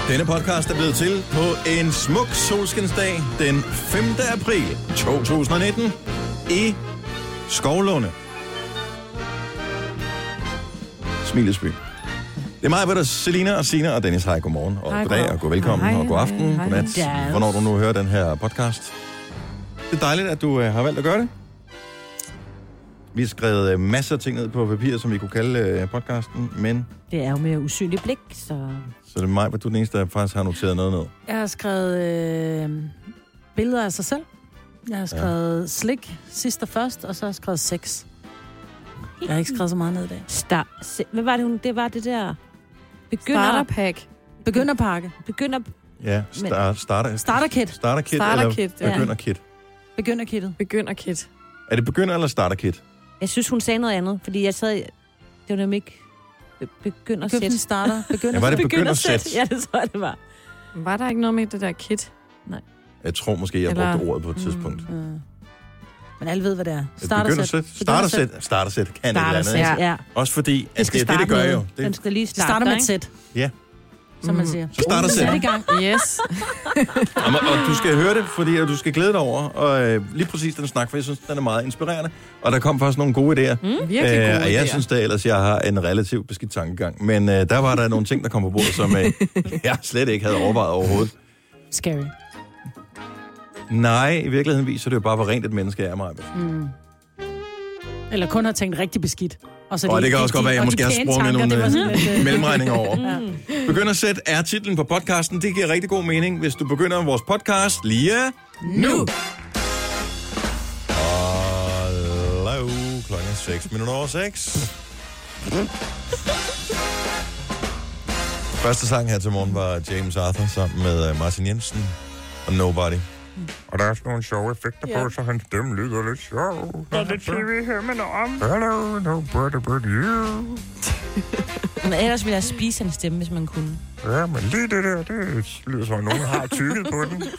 Denne podcast er blevet til på en smuk solskinsdag den 5. april 2019 i Skovlunde. Smilesby. Det er mig, Peter, Selina og Sina og Dennis. Hej, godmorgen og goddag og god velkommen og god aften, godnat, hvornår du nu hører den her podcast. Det er dejligt, at du har valgt at gøre det. Vi har skrevet masser af ting ned på papir, som vi kunne kalde podcasten, men... Det er jo med usynlig blik, så... Så det er mig, du er den eneste, der faktisk har noteret noget ned. Jeg har skrevet billeder af sig selv. Jeg har skrevet slik sidst og først, og så har jeg skrevet sex. Jeg har ikke skrevet så meget ned i dag. Hvad var det, det var det der... Starterpack. Begynderpakke. Ja, starterkit. Starterkit, eller begynderkit. Begynderkittet. Begynderkit. Er det begynder eller starterkit? Jeg synes, hun sagde noget andet, fordi jeg sad... Det var nemlig ikke... Begyndersæt. Starter. Ja, var det begyndersæt? Ja, det tror jeg, det var. Var der ikke noget med det der kit? Nej. Jeg tror måske, jeg brugte ordet på et tidspunkt. Men alle ved, hvad det er. Startersæt kan et eller andet. Ja. Også fordi, at det gør jo. Den skal lige starte, starter med et sæt. Ja. Som man siger. Så starter sæt. i gang. Yes. og du skal høre det, fordi du skal glæde dig over. Og lige præcis den snak, for jeg synes, den er meget inspirerende. Og der kom faktisk nogle gode idéer. Virkelig gode idéer. Jeg synes da ellers, jeg har en relativt beskidt tankegang. Men der var der nogle ting, der kom på bordet, som jeg slet ikke havde overvejet overhovedet. Scary. Nej, i virkeligheden viser det jo bare, hvor rent et menneske er, Maja. Eller kun har tænkt rigtig beskidt. Og det kan også godt være, at jeg måske har sprunget nogle mellemregninger over. Begyndersæt er titlen på podcasten. Det giver rigtig god mening, hvis du begynder vores podcast lige nu. Hallo, klokken 6:06. Første sang her til morgen var James Arthur sammen med Martin Jensen og Nobody. Og der er sådan nogle sjove effekter på, så hans stemme lyder lidt sjov. Der er lidt tv her med om. Hello, nobody but you. Men ellers ville jeg spise en stemme, hvis man kunne. Ja, men lige det der, det lyder som, at nogen har tykket på den.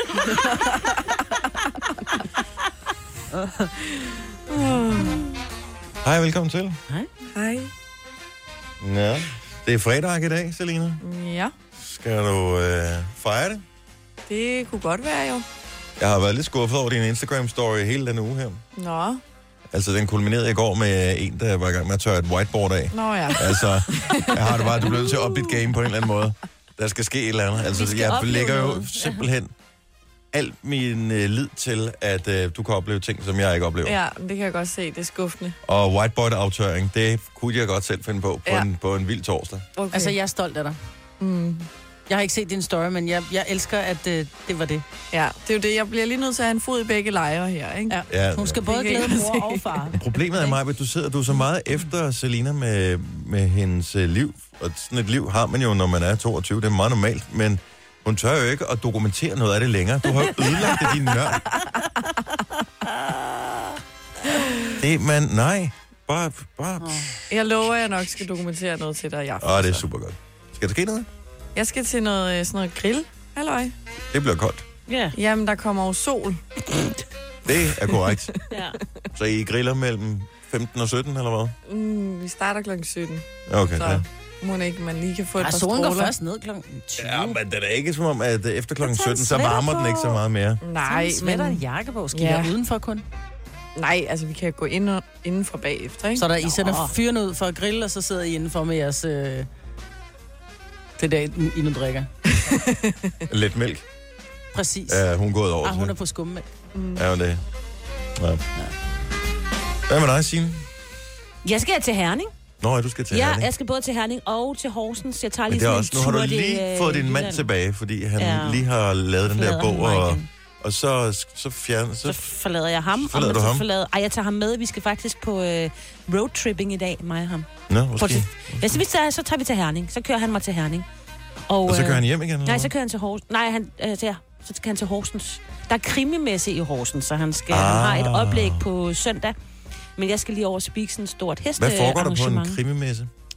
Hej, velkommen til. Hej. Ja, det er fredag i dag, Selina. Ja. Skal du fejre det? Det kunne godt være, jo. Jeg har været lidt skuffet over din Instagram-story hele den uge her. Nå. Altså, den kulminerede i går med en, der var i gang med at tørre et whiteboard af. Nå ja. Altså, jeg har det bare, du bliver nødt til at op dit game på en eller anden måde. Der skal ske et eller andet. Altså, jeg lægger jo simpelthen alt min lid til, at du kan opleve ting, som jeg ikke oplever. Ja, det kan jeg godt se. Det er skuffende. Og whiteboard-aftørring, det kunne jeg godt selv finde på på en vild torsdag. Okay. Altså, jeg er stolt af dig. Jeg har ikke set din story, men jeg elsker, at det var det. Ja, det er jo det. Jeg bliver lige nødt til at have en fod i begge lejre her, ikke? Ja. Hun skal både glæde mor og far. Problemet er mig, at du er så meget efter Selina med hendes liv. Og sådan et liv har man jo, når man er 22. Det er meget normalt, men hun tør jo ikke at dokumentere noget af det længere. Du har jo ødelagt det, din nørd. Det, man, nej. Bare. Jeg lover, at jeg nok skal dokumentere noget til dig i aften. Det er super godt. Skal der ske noget? Jeg skal til sådan noget grill. Halløj. Det bliver koldt. Ja. Jamen, der kommer jo sol. Det er korrekt. Ja. Så I griller mellem 15 og 17, eller hvad? Vi starter klokken 17. Okay, så ja. må ikke man lige kan få et par solen stråler. går først ned klokken 20. Ja, men det er ikke som om, at efter klokken 17, så varmer den ikke så meget mere. Nej, men en jakke på. Skal jeg udenfor kun? Nej, altså vi kan gå inden fra bagefter, ikke? Så der I sætter fyrene ud for at grille, og så sidder I indenfor med jeres... det der, I nu drikker. Lidt mælk. Præcis. Ja, hun er gået over. Hun er på skummælk. Ja, det. Ja. Hvad med dig, Signe? Jeg skal til Herning. Nå, du skal til Herning. Ja, jeg skal både til Herning og til Horsens. Jeg tager lige sådan en tur. Nu har du lige fået din mand tilbage, fordi han lige har lavet den der bog, og så forlader jeg ham. Forlader du ham? Jeg tager ham med. Vi skal faktisk på roadtripping i dag, mig og ham. Nå, måske. Ja, så tager vi til Herning. Så kører han mig til Herning. Og så kører han hjem igen? Eller? Nej, så kører han til Horsens. Nej, så skal han til Horsens. Der er krimimesse i Horsens, så han har et oplæg på søndag. Men jeg skal lige over og spise en stort hestearrangement. Hvad foregår der på en krimimesse?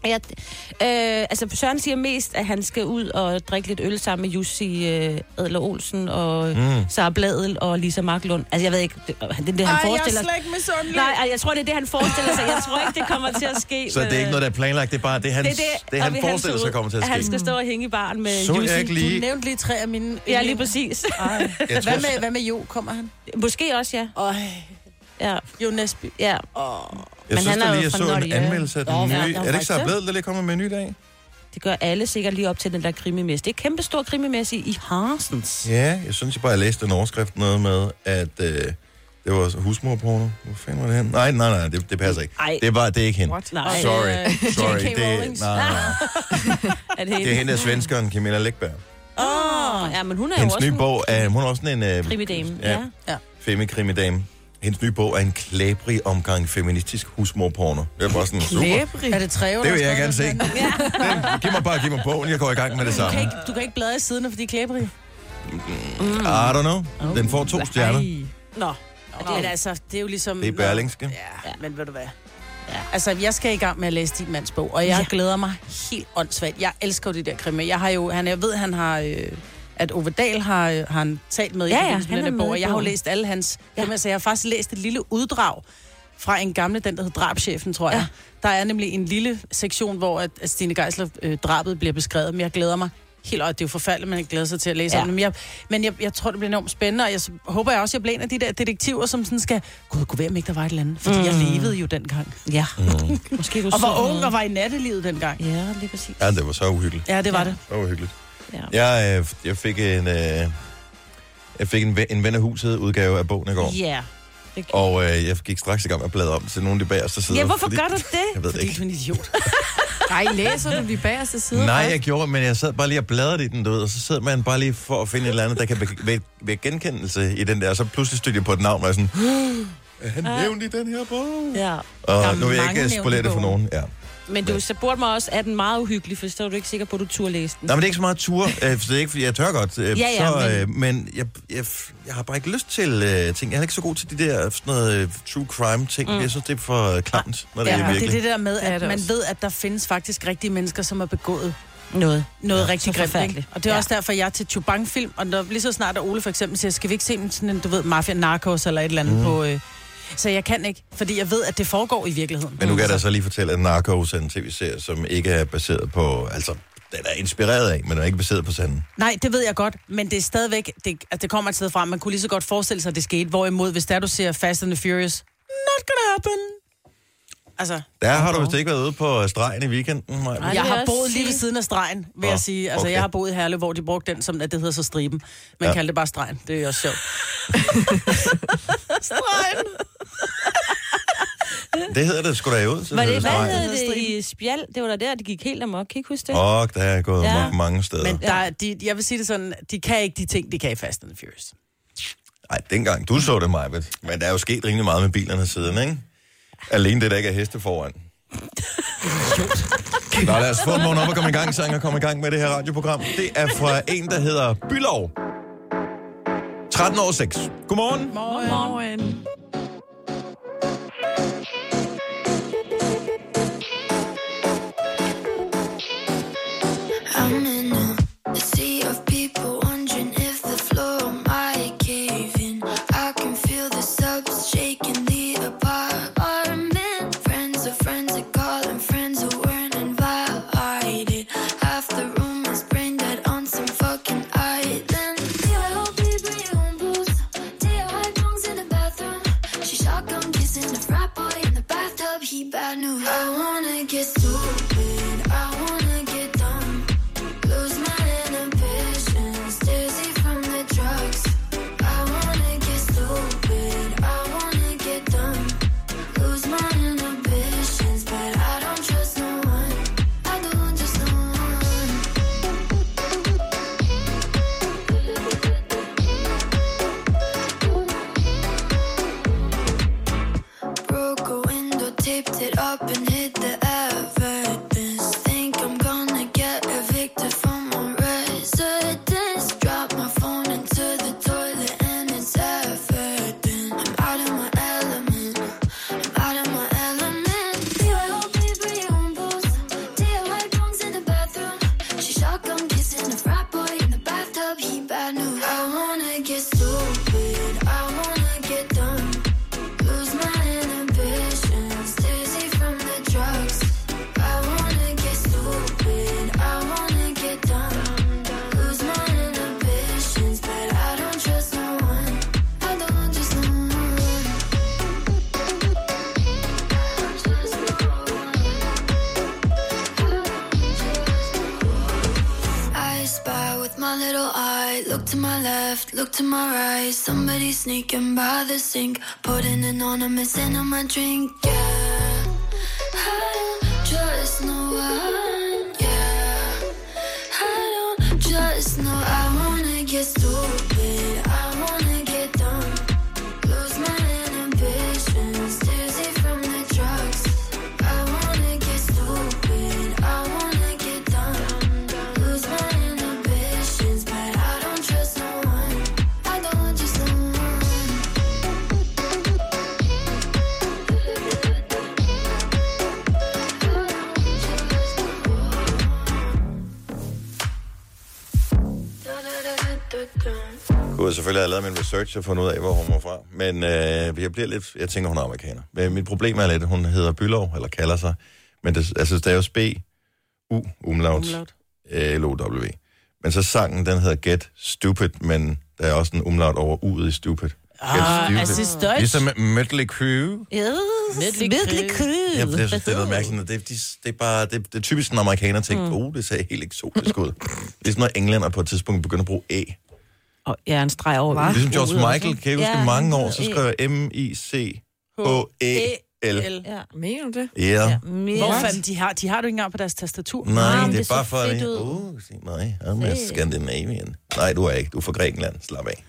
Altså, Søren siger mest, at han skal ud og drikke lidt øl sammen med Jussi Adler Olsen og Sara Bladel og Lisa Marklund. Altså, jeg ved ikke, det er det, han forestiller sig. Jeg er slet ikke misundelig. Nej, jeg tror, det er det, han forestiller sig. Jeg tror ikke, det kommer til at ske. Så det er ikke noget, der er planlagt, det er bare det, han forestiller sig kommer til at ske. Han skal stå og hænge i baren med Jussi. Du nævnte lige 3 af mine... Ja, lige præcis. Hvad med Jo? Kommer han? Måske også, ja. Ja. Jo Nesby. Ja. Jeg synes, der lige så en anmeldelse af den nye... Er det ikke Sara Bladel, der lige kommer med en ny dag? Det gør alle sikkert lige op til den der krimimesse. Det er kæmpe stor krimimesse i Harsens. Ja, jeg synes jeg læste en overskrift noget med, at det var husmorporno. Hvor fanden var det hen? Nej, det passer ikke. Ej. Det er ikke hende. Nej. Sorry. Det er hende der svenskeren, Camilla Läckberg. Ja, men hun er hendes jo også nye bog er, hun er også en... krimidame. Ja. Femi-krimidame. Hendes nye bog er en klæbrig omgang feministisk husmorporno. Det er bare sådan super. Er det træve? Det vil jeg gerne se. Giv mig bogen, jeg går i gang med det samme. Du kan ikke bladre i siden, fordi klæbrig. I don't know. Den får 2 stjerner. Nå. Men altså, det er jo ligesom... Det er Berlingske. Ja, men ved du hvad? Ja. Altså, jeg skal i gang med at læse din mands bog, og jeg glæder mig helt åndssvagt. Jeg elsker jo de der krimier. Jeg ved, han har... at Ove Dahl har han talt med i forbindelse med den bog, og jeg har jo læst alle hans... Så jeg har faktisk læst et lille uddrag fra en gamle, den der hed Drabschefen, tror jeg. Der er nemlig en lille sektion, hvor at Stine Geisler drabet bliver beskrevet, men jeg glæder mig helt øjet. Det er jo forfærdeligt, man glæder sig til at læse om det. Men jeg tror, det bliver enormt spændende, og jeg håber også, jeg bliver en af de der detektiver, som sådan skal... Gud, kunne være, om ikke der var et eller andet. Fordi jeg levede jo dengang. Ja. Måske du og var ung og var i nattelivet dengang. Ja, lige præcis. Ja, det var så uhyggeligt. Ja, det var det. Så uhyggeligt. Ja. Jeg fik en ven af huset udgave af bogen i går. Ja. Og jeg gik straks i gang med at bladre om til nogle af de bagerste sider. Ja, hvorfor gør du det? Jeg ved det ikke. Fordi du er en idiot. Nej, læser du de bagerste sider? Nej, jeg gjorde, men jeg sad bare lige og bladrede i den, du ved, og så sidder man bare lige for at finde et eller andet, der kan være genkendelse i den der, og så pludselig stødte jeg på et navn, og jeg sådan, er han nævnt i den her bog? Ja. Og nu vil jeg ikke spolere det for nogen, Men du spurgte mig også, er den meget uhyggelig, for så er du ikke sikker på, at du turde læse den. Nej, men det er ikke så meget tur, for det er ikke, fordi jeg tør godt. Men jeg har bare ikke lyst til ting. Jeg er ikke så god til de der sådan noget true crime ting. Jeg synes, det er for klamt, når det er virkelig. Det er det der med, at man ved, at der findes faktisk rigtige mennesker, som har begået noget rigtig grimt. Og det er også derfor, jeg er til Chubang-film, og når, lige så snart der Ole for eksempel siger, skal vi ikke se sådan en, du ved, mafia narcos eller et eller andet på... Så jeg kan ikke, fordi jeg ved, at det foregår i virkeligheden. Men nu kan jeg da så lige fortælle, at Narcos er en tv-serie, som ikke er baseret på... Altså, den er inspireret af, men den er ikke baseret på sanden. Nej, det ved jeg godt, men det er stadigvæk... Det kommer et sted fra, man kunne lige så godt forestille sig, at det skete. Hvorimod, hvis der du ser Fast and the Furious, not gonna happen. Altså... Der har du vist ikke været ude på stregen i weekenden? Nej, jeg har boet lige ved siden af stregen, vil jeg sige. Altså, jeg har boet i Herlev, hvor de brugte den, som at det hedder så striben. Man kalder det bare stregen. Det er også sjovt. Stregen! Det hedder det sgu da ud. Hvad hed det i Spjald? Det var der, det gik helt amok. Kan I ikke huske det? Der er gået amok mange steder. Men jeg vil sige det sådan, de kan ikke de ting, de kan i Fast and the Furious. Nej, dengang du så det, Majbet. Men der er jo sket rimelig meget med bilerne siden, ikke? Alene det, der ikke er heste foran. Nå, lad os få en morgen op og komme i gang, sang og komme i gang med det her radioprogram. Det er fra en, der hedder Bylov. 13 år 6. Godmorgen. Godmorgen. I'm in a sea of people wondering if the floor might cave in. I can feel the subs shaking the apartment. Friends of friends that call and friends who weren't invited. Half the room is brain dead on some fucking island. In the bathroom, she shotgun kissing a frat boy in the bathtub. He bad news. I wanna get stupid. I wanna get dumb. Lose my inhibitions. Dizzy from the drugs. I wanna get stupid. I wanna get dumb. Lose my inhibitions, but I don't trust no one. I don't trust no one. Broke a window, taped it up and hid the evidence. Think I'm gonna get evicted from my residence. Drop my phone into the toilet and it's evident. I'm out of my element. I'm out of my element. BYOB, bring your own booze. to my left, look to my right. Somebody sneaking by the sink, putting anonymous in on my drink. Yeah, I don't just know one. Yeah, I don't just know. I wanna get stupid. I wanna get dumb. Lose my inhibitions, dizzy from the drugs. I wanna get stupid. I wanna get dumb. Lose my inhibitions, but I don't trust no one. I don't trust no one. Jeg kunne selvfølgelig have lavet min research og fundet ud af, hvor hun var fra. Men jeg tænker, hun er amerikaner. Men mit problem er lidt, hun hedder Bylov, eller kalder sig. Men det staves B-U, umlaut, L-O-W. Men så sangen, den hedder Get Stupid, men der er også en umlaut over U'et i Stupid. Altså det er ligesom Mötley Crüe. Mötley Crüe. Ja, det er noget mærkeligt. Det er bare, det er typisk en amerikaner tænker, det ser helt eksotisk ud. Det er sådan noget, englænder på et tidspunkt begynder at bruge A. Og jeg en streg over. Ligesom George Michael, kan jeg huske mange år, så skrev jeg M-I-C-H-E-L. Ja. Mener du det? Ja. Hvor fanden de har det ikke engang på deres tastatur? Nej, det er bare for at... nej, I'm a Scandinavian. Nej, du er ikke. Du er fra Grækenland. Slap af.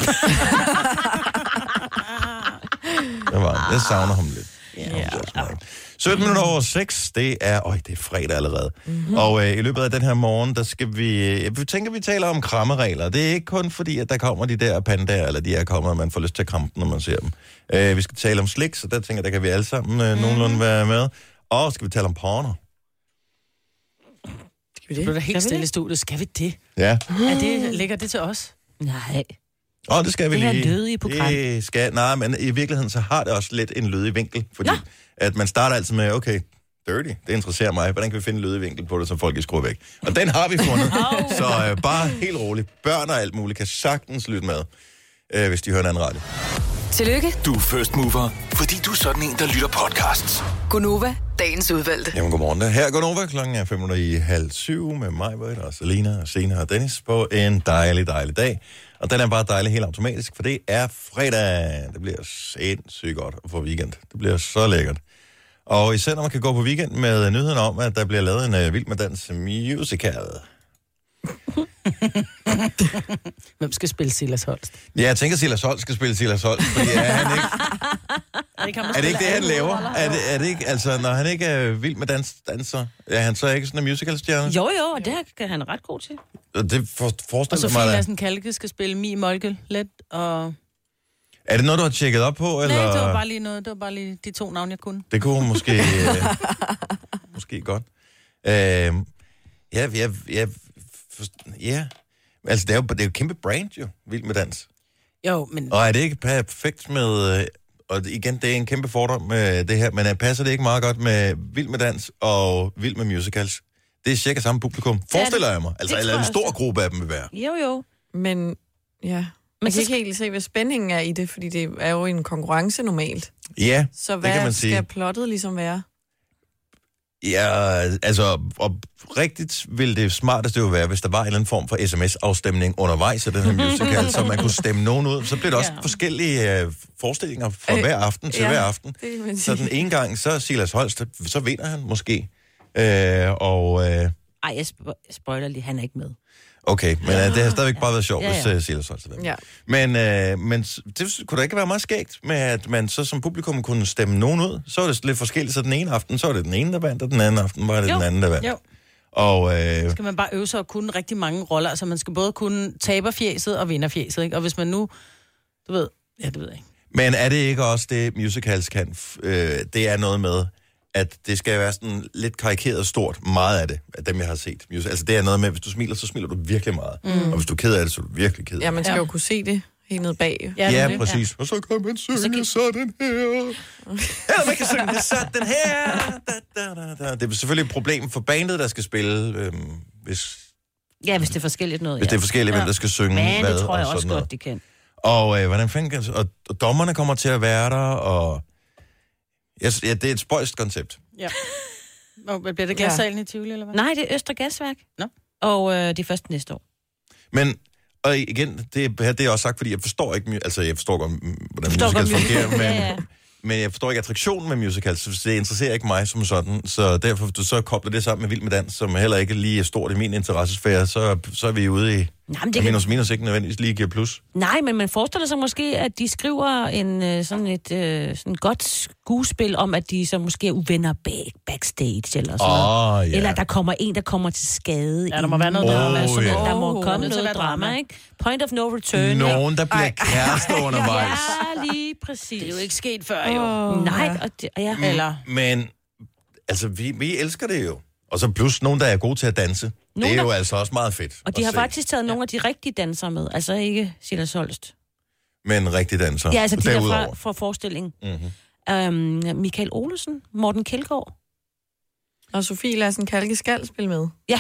Jeg savner ham lidt. Yeah. 17 minutter over 6, det er fredag allerede. Mm-hmm. Og i løbet af den her morgen, der skal vi tænker, vi taler om krammeregler. Det er ikke kun fordi, at der kommer de der pandaer, eller de er kommet, og man får lyst til at kramme dem, når man ser dem. Vi skal tale om slik, så der tænker jeg, der kan vi alle sammen nogenlunde være med. Og skal vi tale om porno. Skal vi det? Det bliver helt stille i studiet. Skal vi det? Ja. Ligger det til os? Nej. Det skal vi lige. Det her lødige program. Nej, men i virkeligheden, så har det også lidt en lødig vinkel. Fordi at man starter altid med, okay, dirty, det interesserer mig. Hvordan kan vi finde en lødig vinkel på det, så folk ikke skruer væk? Og den har vi fundet. Så bare helt roligt. Børn og alt muligt kan sagtens lytte med, hvis de hører en anden radio. Tillykke. Du er first mover, fordi du er sådan en, der lytter podcasts. Gunova, dagens udvalgte. Jamen, godmorgen. Her er Gunova, klokken er 5:05 med mig, og Selina, og Sina og Dennis på en dejlig, dejlig dag. Og den er bare dejlig helt automatisk, for det er fredag. Det bliver sindssygt godt at få weekend. Det bliver så lækkert. Og især når man kan gå på weekend med nyheden om, at der bliver lavet en Vild med Dans musical. Hvem skal spille Silas Holst? Ja, jeg tænker, Silas Holst skal spille Silas Holst, fordi er han ikke... Er det ikke det, han laver? Er det ikke, altså, når han ikke er vild med danser, er han så ikke sådan en musicalstjerne? Jo, og det kan han ret god til. Det forestiller og så mig, Sofie Lassen Kalke skal spille Mie Molke let, og... Er det noget, du har tjekket op på, eller? Nej, det var bare lige noget. Det var bare lige de 2 navne, jeg kunne. Det kunne hun måske... måske godt. Ja. Altså, det er jo et kæmpe brand, jo. Vild med dans. Jo, men... Og er det ikke perfekt med... Og igen, det er en kæmpe fordom med det her, men passer det ikke meget godt med Vild med dans og Vild med musicals? Det er cirka samme publikum. Forestiller jeg mig. Altså, eller en stor gruppe af dem vil være. Jo. Men ja... Man kan ikke helt se, hvad spændingen er i det, fordi det er jo en konkurrence normalt. Ja, så hvad det kan man sige. Skal plottet ligesom være? Ja, altså, og rigtigt ville det smarteste jo være, hvis der var en eller anden form for sms-afstemning undervejs af den her musical, så man kunne stemme nogen ud. Så blev der også forskellige forestillinger fra hver aften til hver aften. Så den ene gang, så Silas Holst, så vinder han måske. Jeg spoiler lige, han er ikke med. Okay, men det har stadigvæk bare været sjovt, hvis Silas Holst er med. Men det kunne da ikke være meget skægt med, at man så som publikum kunne stemme nogen ud. Så var det lidt forskelligt, så den ene aften, så var det den ene, der vandt, og den anden aften var det den anden, der vandt. Jo. Og, skal man bare øve sig og kunne rigtig mange roller. Altså man skal både kunne taberfjæset og vinderfjæset, ikke? Og hvis man nu, du ved, det ved jeg ikke. Men er det ikke også det, musicals kan? Det er noget med, at det skal være sådan lidt karikeret stort, meget af det, af dem, jeg har set. Altså det er noget med, hvis du smiler, så smiler du virkelig meget. Og hvis du er ked af det, så er du virkelig ked af det. Ja, man skal jo kunne se det helt nede bag. Ja, præcis. Og så kan man synge sådan her. Eller man kan synge sådan her. Det er selvfølgelig et problem for bandet, der skal spille, hvis... Ja, hvis det er forskelligt noget. Hvis det er forskelligt, hvem der skal synge hvad. Men det tror jeg også noget. godt, de kan. Og hvordan fanden og dommerne kommer til at være der, og... Ja, det er et spøjst koncept. Ja. Og bliver det Glassalen i Tivoli, eller hvad? Nej, det er Østre Gasværk. Nå. Og det er først næste år. Men, Og igen, det er også sagt, fordi jeg forstår ikke, altså jeg forstår godt, hvordan musicals fungerer, men jeg forstår ikke attraktionen med musicals, så det interesserer ikke mig som sådan, så derfor du så kobler det sammen med Vild med Dans, som heller ikke lige er stort i min interessesfære, så er vi ude i minus ikke nødvendigvis lige giver plus. Nej, men man forestiller sig måske, at de skriver sådan godt skuespil om, at de så måske er uvenner backstage eller sådan noget. Eller der kommer en, der kommer til skade. Ja, der må være noget drama. Der må komme noget drama, ikke? Point of no return. Nogen, der bliver kærester undervejs. Ja, lige præcis. Det er jo ikke sket før, jo. Nej, Eller... Men, altså, vi elsker det jo. Og så plus nogen, der er gode til at danse. Det er jo altså også meget fedt. Og de har faktisk taget nogle af de rigtige dansere med. Altså ikke Silas Holst. Men rigtige dansere. Ja, altså de der fra forestillingen. Mm-hmm. Michael Olesen, Morten Kjeldgaard. Og Sofie Lassen Kalke skal spille med. Ja.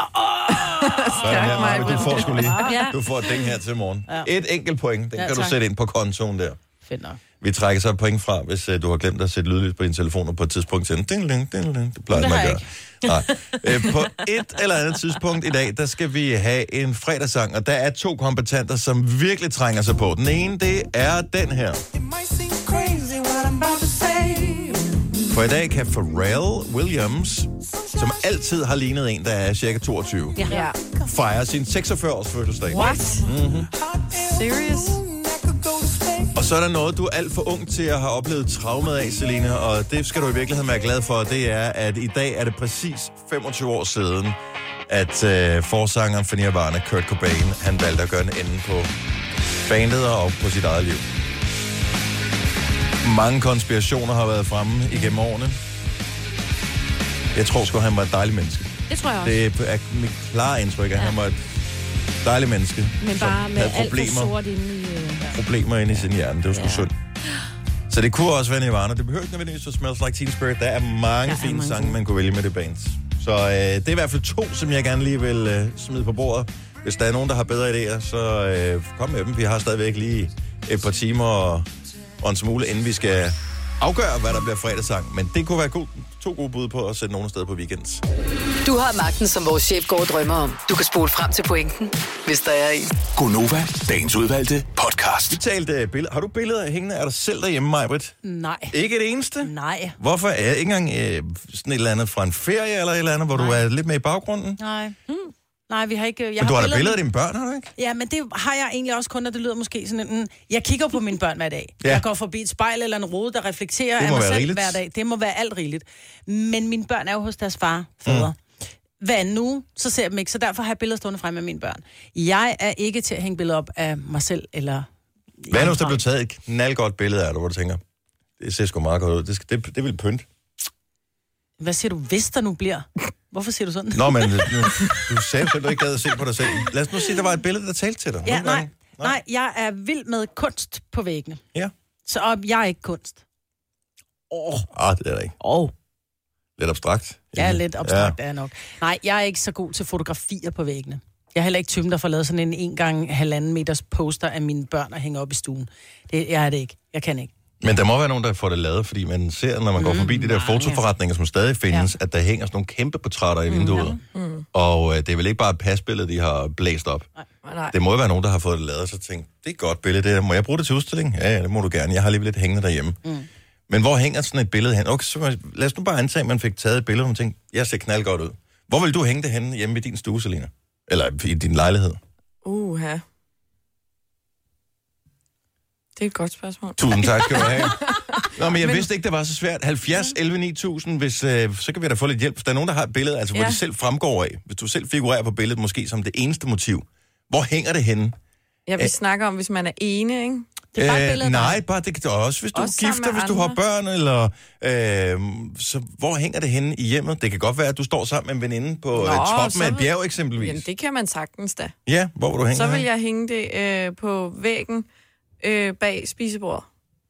Du får sgu lige. Du får et ding her til morgen. Ja. Et enkelt point, den kan du sætte ind på kontoen der. Fedt nok. Vi trækker så et point fra, hvis du har glemt at sætte lydlys på din telefon, og på et tidspunkt til det plejer man at gøre. Nej. På et eller andet tidspunkt i dag, der skal vi have en fredagssang, og der er 2 kompetenter, som virkelig trænger sig på. Den ene, det er den her. For i dag kan Pharrell Williams, som altid har lignet en, der er cirka 22, fejre sin 46-års fødselsdag. What? Mm-hmm. Serious? Og så er der noget, du er alt for ung til at have oplevet traumet af, Selina, og det skal du i virkeligheden være glad for, det er, at i dag er det præcis 25 år siden, at forsangeren for Nirvana, Kurt Cobain, han valgte at gøre en ende på bandet og på sit eget liv. Mange konspirationer har været fremme igennem årene. Jeg tror sgu, han var et dejligt menneske. Det tror jeg også. Det er mit klare indtryk, at han var et dejligt menneske. Men bare med alt for sort inde i... Problemer inde i sin hjerne. Det var sgu synd. Så det kunne også være Nirvana. Det behøver ikke nødvendigvis at Smells Like Teen Spirit. Der er mange fine sange, man kunne vælge med det bands. Så det er i hvert fald 2, som jeg gerne lige vil smide på bordet. Hvis der er nogen, der har bedre idéer, så kom med dem. Vi har stadigvæk lige et par timer og en smule, inden vi skal afgøre, hvad der bliver fredagssang. Men det kunne være 2 gode bud på at sætte nogen sted på weekends. Du har magten, som vores chef går og drømmer om. Du kan spole frem til pointen, hvis der er en. Gonova, dagens udvalgte podcast. Vi talte billeder. Har du billeder hængende af dig selv derhjemme, Majbrit? Nej. Ikke det eneste? Nej. Hvorfor er jeg ikke engang sådan et eller andet fra en ferie eller et eller andet, hvor du er lidt med i baggrunden? Nej. Nej, vi har ikke... Men du har da billeder af dine børn, har du ikke? Ja, men det har jeg egentlig også kun, og det lyder måske sådan en... Jeg kigger på mine børn hver dag. Ja. Jeg går forbi et spejl eller en rode, der reflekterer af mig selv rigeligt. Hver dag. Det må være alt rigeligt. Men mine børn er jo hos deres fædre. Hvad nu? Så ser jeg dem ikke, så derfor har jeg billeder stående frem med mine børn. Jeg er ikke til at hænge billeder op af mig selv eller... Hvad nu, hvis der blev taget et knaldgodt billede af dig, hvor du tænker, det ser sgu meget godt ud. Det vil pynt. Hvad siger du, hvis der nu bliver? Hvorfor siger du sådan? Nå, men du sagde selv, du ikke gad at se på dig selv. Lad os nu sige, der var et billede, der talte til dig. Ja, nej, jeg er vild med kunst på væggene. Ja. Så jeg er ikke kunst. Det er der ikke. Lidt abstrakt. Ja, lidt abstrakt er jeg nok. Nej, jeg er ikke så god til fotografier på væggene. Jeg er heller ikke typen, der får lavet sådan en 1x1,5 meters poster af mine børn og hænger op i stuen. Jeg er det ikke. Jeg kan ikke. Men der må være nogen, der får det lavet, fordi man ser, når man går forbi de der fotoforretninger, som stadig findes, at der hænger sådan nogle kæmpe portrætter i vinduet. Og det er vel ikke bare et pasbillede, de har blæst op. Nej. Det må jo være nogen, der har fået det lavet, og så tænkt, det er et godt billede, det må jeg bruge det til udstilling? Ja, det må du gerne. Jeg har lige lidt hængende derhjemme. Men hvor hænger sådan et billede hen? Okay, så lad os nu bare antage, at man fik taget et billede, og man tænkte, jeg ser knaldgodt ud. Hvor vil du hænge det henne hjemme i din stue, Selina? Eller i din lejlighed? Det er et godt spørgsmål. Tusind tak skal du have. Nå, men jeg vidste ikke, det var så svært. 70, 11, 9000, hvis, så kan vi da få lidt hjælp. Hvis der er nogen, der har et billede, altså, hvor det selv fremgår af. Hvis du selv figurerer på billedet, måske som det eneste motiv. Hvor hænger det henne? Ja, vi snakker om, hvis man er ene, ikke? Det er bare et billede, nej, bare det kan også, hvis du er gifter, hvis du har børn, eller... så hvor hænger det henne i hjemmet? Det kan godt være, at du står sammen med en veninde på toppen af et bjerg, eksempelvis. Jamen, det kan man sagtens da. Ja, hvor vil du hænge så vil jeg hænge det på væggen bag spisebordet.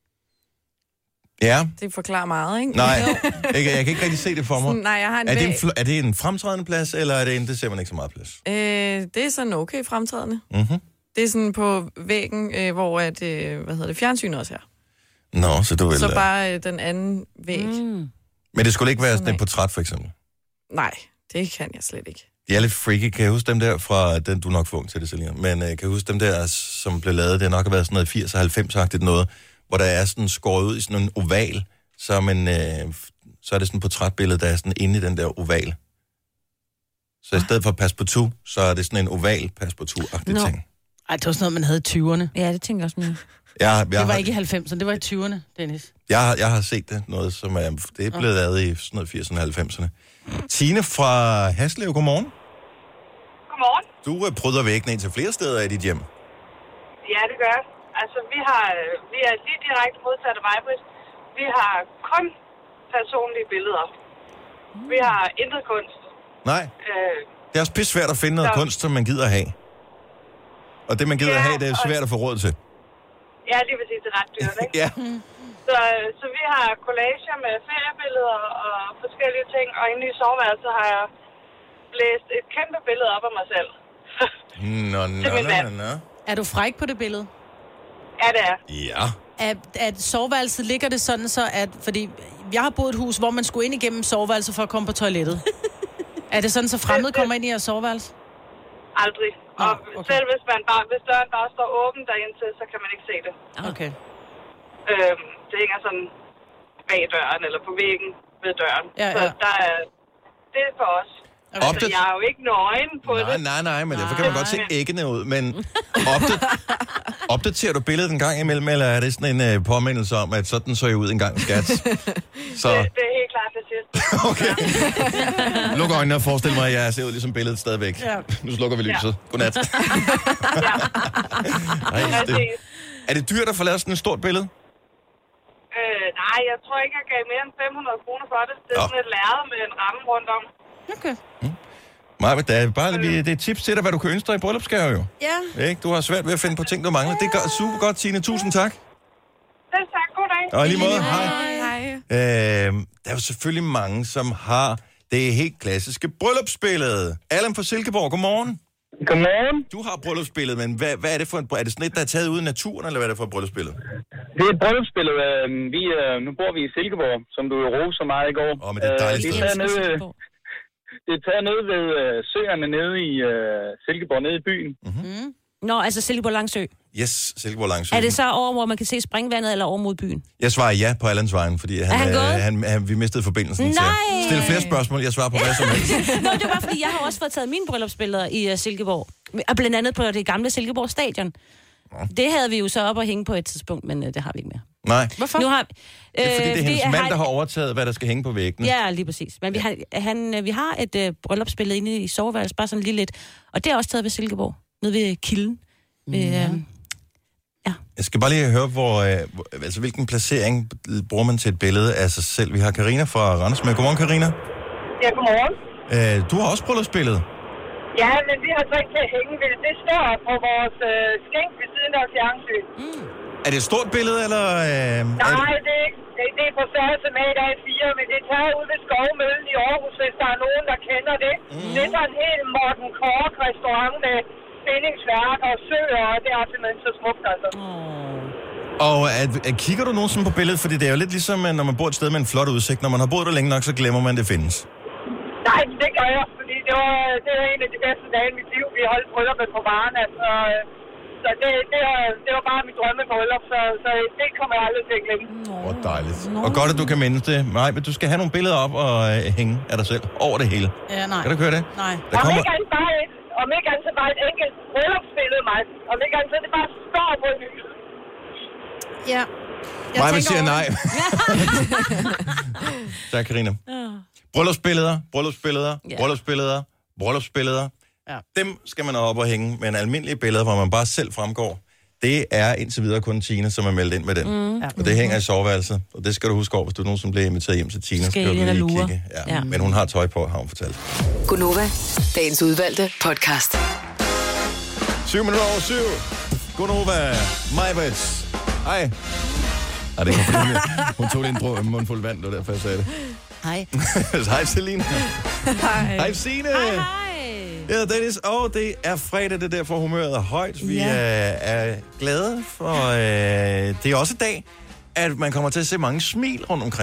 Ja. Det forklarer meget, ikke? Nej, jeg kan ikke rigtig se det for mig. Nej, jeg har en er det en fremtrædende plads, eller er det ser man ikke så meget plads? Det er sådan okay fremtrædende. Det er sådan på væggen, hvor fjernsynet også er. Nå, så du vil... Så bare den anden væg. Men det skulle ikke være sådan et portræt, for eksempel? Nej, det kan jeg slet ikke. De er lidt freaky. Kan jeg huske dem der fra... Den, du er nok for ung til det, Selina. Men kan jeg huske dem der, som blev lavet... Det har nok været sådan noget 80-90-agtigt noget, hvor der er sådan skåret ud i sådan en oval, så er det sådan et portrætbillede, der er sådan inde i den der oval. Så i stedet for passepartout, så er det sådan en oval passepartout-agtig ting. Ej, det var sådan noget, man havde i 20'erne. Ja, det tænker jeg også nu. Det var ikke i 90'erne, det var i 20'erne, Dennis. Jeg har set det, noget som det er blevet lavet i sådan noget 80'erne og 90'erne. Tine fra Haslev, godmorgen. Godmorgen. Du prøver væggene ind til flere steder i dit hjem. Ja, det gør jeg. Altså, vi er lige direkte modsat af Majbrit. Vi har kun personlige billeder. Vi har intet kunst. Nej. Det er også pisse svært at finde noget kunst, som man gider at have. Og det, man gider at have, det er svært at få råd til. Ja, lige præcis, det er ret dyrt, ikke? Ja. Så vi har collager med feriebilleder og forskellige ting, og inde i soveværelset har jeg blæst et kæmpe billede op af mig selv. Nå. Er du fræk på det billede? Ja, det er. Ja. At soveværelset ligger det sådan så, at... Fordi jeg har boet et hus, hvor man skulle ind igennem soveværelset for at komme på toilettet. Er det sådan, så fremmede kommer ind i jeres soveværelse? Aldrig. Og selv hvis døren bare står åben derinde til, så kan man ikke se det. Okay. Det hænger sådan bag døren, eller på væggen ved døren. Ja. Så det er for os. Altså, jeg er jo ikke nøgen på det. Nej, men derfor kan man godt se æggene ud. Men opdaterer du billedet en gang imellem, eller er det sådan en påmindelse om, at sådan så jeg ud en gang, skat? Så... Det er helt klart det sidste. Okay. Luk øjnene og forestil mig, at jeg ser ud ligesom billedet stadigvæk. Ja. Nu slukker vi lyset. Godnat. Er det dyrt at få lavet sådan et stort billede? Nej, jeg tror ikke, jeg gav mere end 500 kroner for det. Det er sådan et lærred med en ramme rundt om. Okay. Maja, det er bare det er et tips til dig, hvad du kan ønske dig i bryllupsgave, jo. Ja. Ikke? Du har svært ved at finde på ting, du mangler. Det gør super godt, Tine. Tusind tak. Selv tak. God dag. Og i lige måde, Hej. der er jo selvfølgelig mange, som har det helt klassiske bryllupsbillede. Allan fra Silkeborg, godmorgen. Godmorgen. Du har bryllupsbillede, men hvad er det for en... Er det sådan et, der er taget ud i naturen, eller hvad er det for et bryllupsbillede? Det er et bryllupsbillede. Nu bor vi i Silkeborg, som du roste så meget i går. Men det er dejligt sted. Det er taget nede ved søerne nede i Silkeborg, nede i byen. Mm-hmm. Nå, altså Silkeborg Langsø. Yes, Silkeborg Langsø. Er det så over, hvor man kan se springvandet, eller over mod byen? Jeg svarer ja på Allans vejen, fordi vi mistede forbindelsen til at stille flere spørgsmål. Jeg svarer på hvad som helst. Nå, det var fordi, jeg har også fået taget mine bryllupsbilleder i Silkeborg. Og blandt andet på det gamle Silkeborg Stadion. Det havde vi jo så op at hænge på et tidspunkt, men det har vi ikke mere. Nej. Hvorfor? Nu har, det er fordi, det er hendes mand, der har overtaget, hvad der skal hænge på væggene. Ja, lige præcis. Men vi har et bryllupsbillede inde i soveværelset, bare sådan lige lidt. Og det er også taget ved Silkeborg, nede ved Kilden. Ja. Jeg skal bare lige høre, hvilken placering bruger man til et billede af sig selv. Vi har Karina fra Randers med. Godmorgen, Karina. Ja, godmorgen. Du har også bryllupsbillede. Ja, men vi har så ikke til at hænge ved det. Det står på vores skænk ved siden af fjernsyn. Er det et stort billede, eller... Nej, det er på størrelse med i dag 4, men det er taget ud ved Skovmøllen i Aarhus, hvis der er nogen, der kender det. Det er sådan en helt Morten Kork-restaurant med bindingsværk og søer, og det er simpelthen så smukt, altså. Og kigger du nogensinde på billedet? Fordi det er jo lidt ligesom, når man bor et sted med en flot udsigt. Når man har boet der længe nok, så glemmer man, det findes. Nej, det gør jeg, fordi det var en af de bedste dage i mit liv. Vi holdt bryllupet på varen, altså. Så det var bare mit drømmebryllup, så det kommer jeg aldrig til at glemme. Hvor dejligt. Og godt, at du kan mindes det. Nej, men du skal have nogle billeder op og hænge af dig selv over det hele. Ja, nej. Kan du køre det? Nej. Om ikke altså bare et enkelt bryllupsbillede, mig. Om ikke altså det bare står på lyset. Ja. Maja siger nej. Tak, Karina. Bryllupsbilleder. Ja. Dem skal man op og hænge, men almindelige billeder, hvor man bare selv fremgår, det er indtil videre kun Tina, som er meldt ind med den. Og det hænger i soveværelset, og det skal du huske over, hvis du nogensinde bliver inviteret hjem til Tina. Skal du lige kigge. Ja. Men hun har tøj på, har hun fortalt. Gunova, dagens udvalgte podcast. 7:07. Gunova, Majbrits. Hej. Ej, det kom hun tog lige en mundfuld vand, det var derfor, jeg sagde det. Hej. Hej, Selina. Hej, Signe. Hej. Jeg hedder Dennis, og det er fredag, det er derfor humøret er højt. Vi er glade for, det er også en dag, at man kommer til at se mange smil rundt omkring.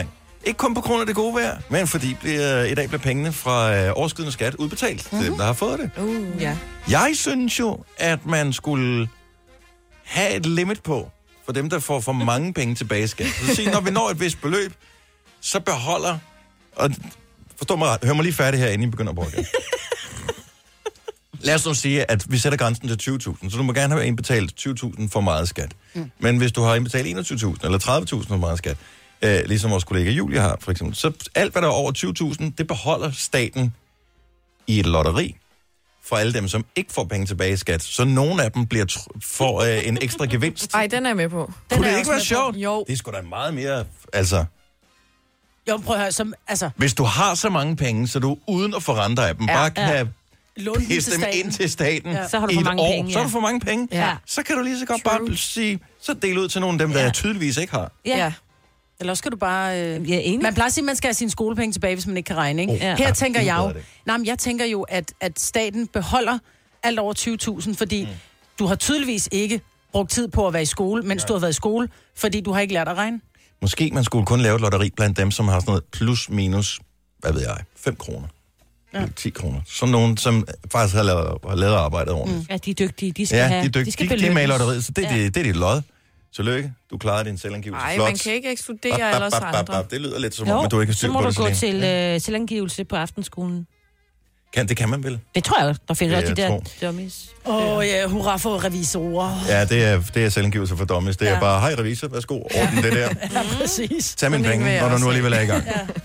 Ikke kun på grund af det gode vejr, men fordi i dag bliver pengene fra overskydende skat udbetalt til dem, der har fået det. Ja. Jeg synes jo, at man skulle have et limit på, for dem, der får for mange penge tilbage i skat. Så sige, når vi når et vist beløb, så beholder... Og forstå mig ret, hør mig lige færdig her, inden I begynder at bruge det. Lad os nu sige, at vi sætter grænsen til 20.000, så du må gerne have indbetalt 20.000 for meget skat. Men hvis du har indbetalt 21.000 eller 30.000 for meget skat, ligesom vores kollega Julie har, for eksempel, så alt, hvad der er over 20.000, det beholder staten i et lotteri for alle dem, som ikke får penge tilbage i skat. Så nogle af dem får en ekstra gevinst. Ej, den er jeg med på. Kunne det ikke være sjovt? Jo. Det er sgu da meget mere, altså... Jo, prøv at høre, altså... Hvis du har så mange penge, så du uden at forrente af dem, bare kan pisse dem ind til staten så har du for mange penge, så har du for mange penge. Ja. Så kan du lige så godt bare sige, så del ud til nogle af dem, der tydeligvis ikke har. Ja. Eller skal du bare... man plejer at sige, at man skal have sine skolepenge tilbage, hvis man ikke kan regne, ikke? Her tænker jeg jo... jeg tænker jo, at staten beholder alt over 20.000, fordi du har tydeligvis ikke brugt tid på at være i skole, mens du har været i skole, fordi du har ikke lært at regne. Måske man skulle kun lave et lotteri blandt dem, som har sådan noget plus minus, hvad ved jeg, 5 kroner. 10 kroner. Sådan nogen, som faktisk har lavet arbejdet ordentligt. Ja, de er dygtige. De skal have, de skal belønnes. De er med i lotteriet, så det er dit lod. Tillykke, du klarede din selvangivelse. Nej, man kan ikke ekskludere ellers andre. Det lyder lidt som om, at du ikke har styr på det. Så må du gå til selvangivelse på aftenskolen. Det kan man vel? Det tror jeg. Der findes også de der dummies. Hurra for revisorer. Ja, det er selvangivelse for dummies. Det er bare, hej revisor, værsgo, orden det der. Ja, præcis. Tag mine penge, når du nu alligevel er i gang.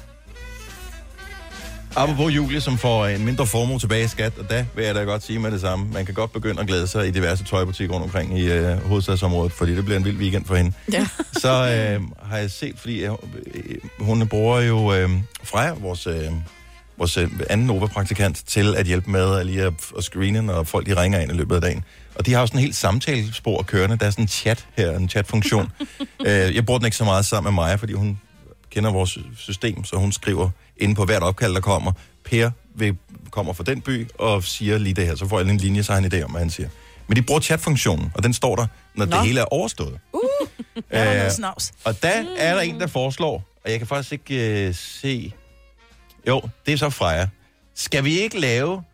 Apropos Julie, som får en mindre formue tilbage i skat, og der vil jeg da godt sige med det samme. Man kan godt begynde at glæde sig i diverse tøjbutikker rundt omkring i hovedstadsområdet, fordi det bliver en vild weekend for hende. Ja. Så har jeg set, fordi hun bruger jo Freja, vores anden Nova-praktikant, til at hjælpe med lige at screene, når folk de ringer ind i løbet af dagen. Og de har jo sådan en helt samtalespor kørende. Der er sådan en chat her, en chatfunktion. Jeg bruger den ikke så meget sammen med Maja, fordi hun kender vores system, så hun skriver inde på hvert opkald, der kommer, Per kommer fra den by og siger lige det her. Så får jeg en linje, så har han en idé om, hvad han siger. Men de bruger chatfunktionen, og den står der, når det hele er overstået. Og der er der en, der foreslår, og jeg kan faktisk ikke se... Jo, det er så Freja. Skal vi ikke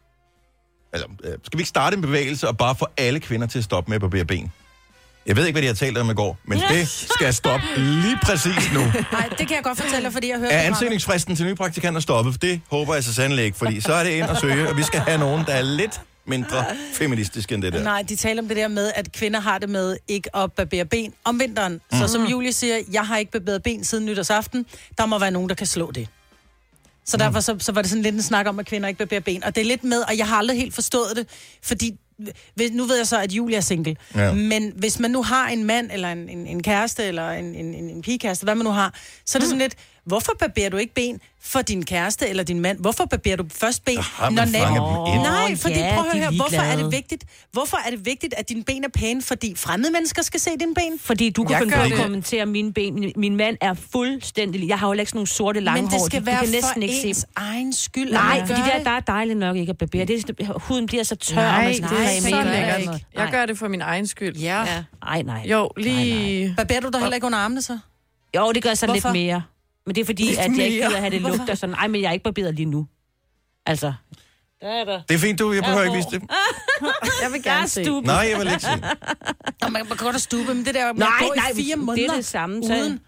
starte en bevægelse og bare få alle kvinder til at stoppe med at barbere ben? Jeg ved ikke, hvad de har talt om i går, men det skal stoppe lige præcis nu. Nej, det kan jeg godt fortælle dig, fordi jeg hørte... Er ansøgningsfristen til nye praktikanter stoppet? Det håber jeg så sandelig ikke, fordi så er det ind og søge, og vi skal have nogen, der er lidt mindre feministiske end det der. Nej, de taler om det der med, at kvinder har det med ikke at barbere ben om vinteren. Så som Julie siger, jeg har ikke barberet ben siden nytårsaften. Der må være nogen, der kan slå det. Så derfor så var det sådan lidt en snak om, at kvinder ikke barberer ben. Og det er lidt med, og jeg har aldrig helt forstået det, fordi nu ved jeg så, at Julie er single. Ja. Men hvis man nu har en mand, eller en kæreste, eller en pigekæreste, hvad man nu har, så er det sådan lidt, hvorfor barberer du ikke ben for din kæreste eller din mand? Hvorfor barberer du først ben, når nej, fordi prøv at høre, hvorfor er det vigtigt? Hvorfor er det vigtigt, at dine ben er pæne? Fordi fremmede mennesker skal se dine ben? Fordi du kan finde på at kommentere mine ben. Min mand er fuldstændig... Jeg har jo ikke sådan nogle sorte lange hår. Men det skal være for ens egen skyld. Nej, fordi der er dejligt nok ikke at barbere. Huden bliver så tør. Nej, det er så lækkert. Jeg gør det for min egen skyld. Ja. Nej. Jo, lige... Barberer du dig heller ikke under armene så? Jo, det gør så lidt mere. Men det er fordi, at jeg ikke gider have det lugter sådan. Ej, men jeg er ikke barberet lige nu. Altså. Det er fint, jeg behøver ikke vise det. Jeg vil gerne se. Nej, jeg vil ikke se. Man kan godt stube, men det der nej, i 4 måneder. Det er det samme. Uden.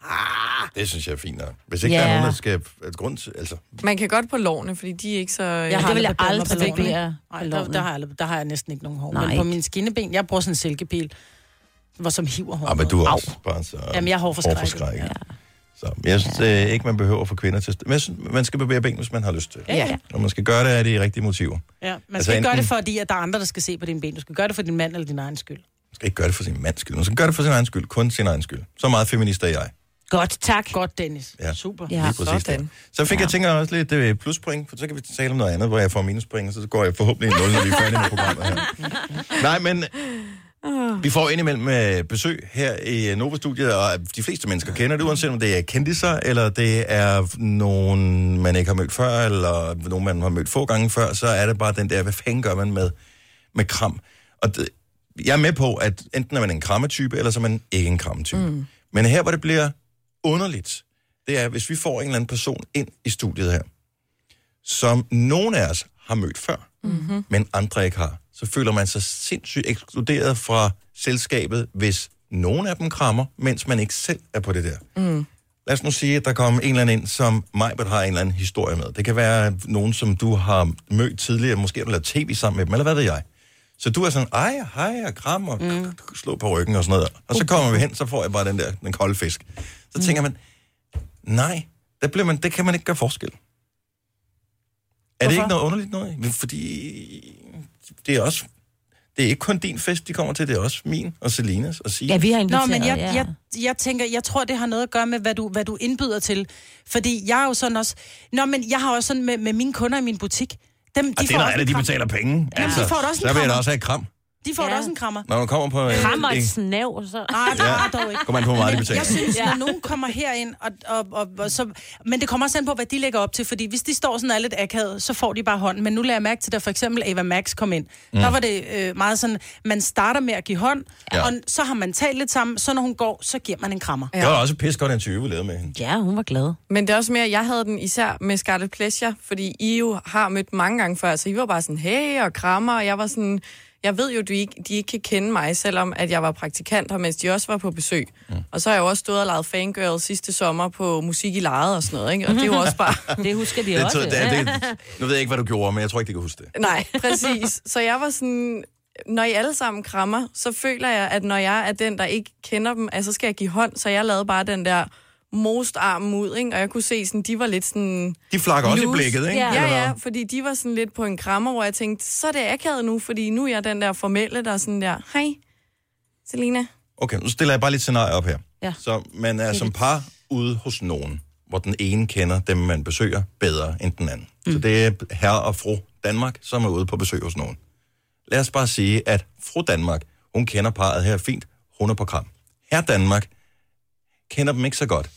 Det synes jeg er fint nok. Hvis ikke der er nogen, der skal... grund til, altså. Man kan godt på lårene, fordi de er ikke så... Det vil jeg aldrig barbere. Der har jeg næsten ikke nogen hår. Men på mine skinneben, jeg bruger sådan en silkepil, som hiver hår. Men du er også bare så... Jamen, jeg er hårforskrækket. Ja. Så jeg synes ikke, man behøver for kvinder til... Men jeg synes, man skal bevæge ben, hvis man har lyst til. Ja. Og man skal gøre det af de rigtige motiver. Ja, man skal ikke gøre det, fordi at der er andre, der skal se på dine ben. Du skal gøre det for din mand eller din egen skyld. Man skal ikke gøre det for sin mands skyld. Man skal gøre det for sin egen skyld. Kun sin egen skyld. Så meget feminister er jeg. Godt, tak. Godt, Dennis. Ja. Super. Ja, sådan. Så fik jeg tænkt også lidt pluspoint, for så kan vi tale om noget andet, hvor jeg får minuspoint, og så går jeg forhåbentlig i 0, når vi er færdige med programmet her. Nej, men... Vi får indimellem besøg her i Nova-studiet, og de fleste mennesker kender det, uanset om det er kendiser, eller det er nogen, man ikke har mødt før, eller nogen, man har mødt få gange før, så er det bare den der, hvad fanden gør man med kram? Og jeg er med på, at enten er man en krammetype, eller så er man ikke en krammetype. Men her, hvor det bliver underligt, det er, hvis vi får en eller anden person ind i studiet her, som nogen af os har mødt før, men andre ikke har, så føler man sig sindssygt ekskluderet fra selskabet, hvis nogen af dem krammer, mens man ikke selv er på det der. Lad os nu sige, at der kommer en eller anden ind, som Majbert har en eller anden historie med. Det kan være nogen, som du har mødt tidligere, måske har du lavet tv sammen med dem, eller hvad ved jeg. Så du er sådan, hej, og kram, og slå på ryggen og sådan noget. Og så kommer vi hen, så får jeg bare den kolde fisk. Så tænker man, nej, det kan man ikke gøre forskel. Er det ikke noget underligt noget? Fordi det er også... Det er ikke kun din fest, de kommer til, det er også min og Selinas og Signe. Ja, vi har inviteret. Nå, men jeg tænker, jeg tror, det har noget at gøre med, hvad du indbyder til. Fordi jeg er jo sådan også... Nå, men jeg har også sådan med mine kunder i min butik. De det er noget, de betaler penge. Jamen, de får da også en så vil jeg da også have et kram. De får da også en krammer. Når man kommer på... Krammer et snæv, så... Nej, dog ikke. Kommer man på, hvor meget de betaler. Jeg synes, når nogen kommer herind, og så... Men det kommer også an på, hvad de lægger op til, fordi hvis de står sådan er lidt akavet, så får de bare hånden. Men nu lader jeg mærke til, da for eksempel Ava Max kom ind. Der var det meget sådan, man starter med at give hånd, og så har man talt lidt sammen, så når hun går, så giver man en krammer. Det var også pis godt interview, vi lavede med hende. Ja, hun var glad. Men det er også mere, jeg havde den især med Scarlet Pleasure, fordi I jo har mødt mange gange før, så I var bare sådan, hey, og krammer, og jeg var sådan... Jeg ved jo, de ikke kan kende mig, selvom at jeg var praktikant her, mens de også var på besøg. Og så har jeg jo også stået og lavet fangirl sidste sommer på musik i lejet og sådan noget, ikke? Og det er jo også bare... Det husker de også. Nu ved jeg ikke, hvad du gjorde, men jeg tror ikke, de kan huske det. Nej, præcis. Så jeg var sådan... Når I alle sammen krammer, så føler jeg, at når jeg er den, der ikke kender dem, altså skal jeg give hånd, så jeg lavede bare den der... most armen ud, ikke? Og jeg kunne se, sådan, de var lidt sådan... De flakker også i blikket, ikke? Ja, fordi de var sådan lidt på en krammer, hvor jeg tænkte, så er det akavet nu, fordi nu er jeg den der formelle, der er sådan der, hej, Selina. Okay, nu stiller jeg bare lidt scenarie op her. Ja. Så man er som par ude hos nogen, hvor den ene kender dem, man besøger, bedre end den anden. Så det er herre og fru Danmark, som er ude på besøg hos nogen. Lad os bare sige, at fru Danmark, hun kender parret her fint, hun er på kram. Herre Danmark kender dem ikke så godt.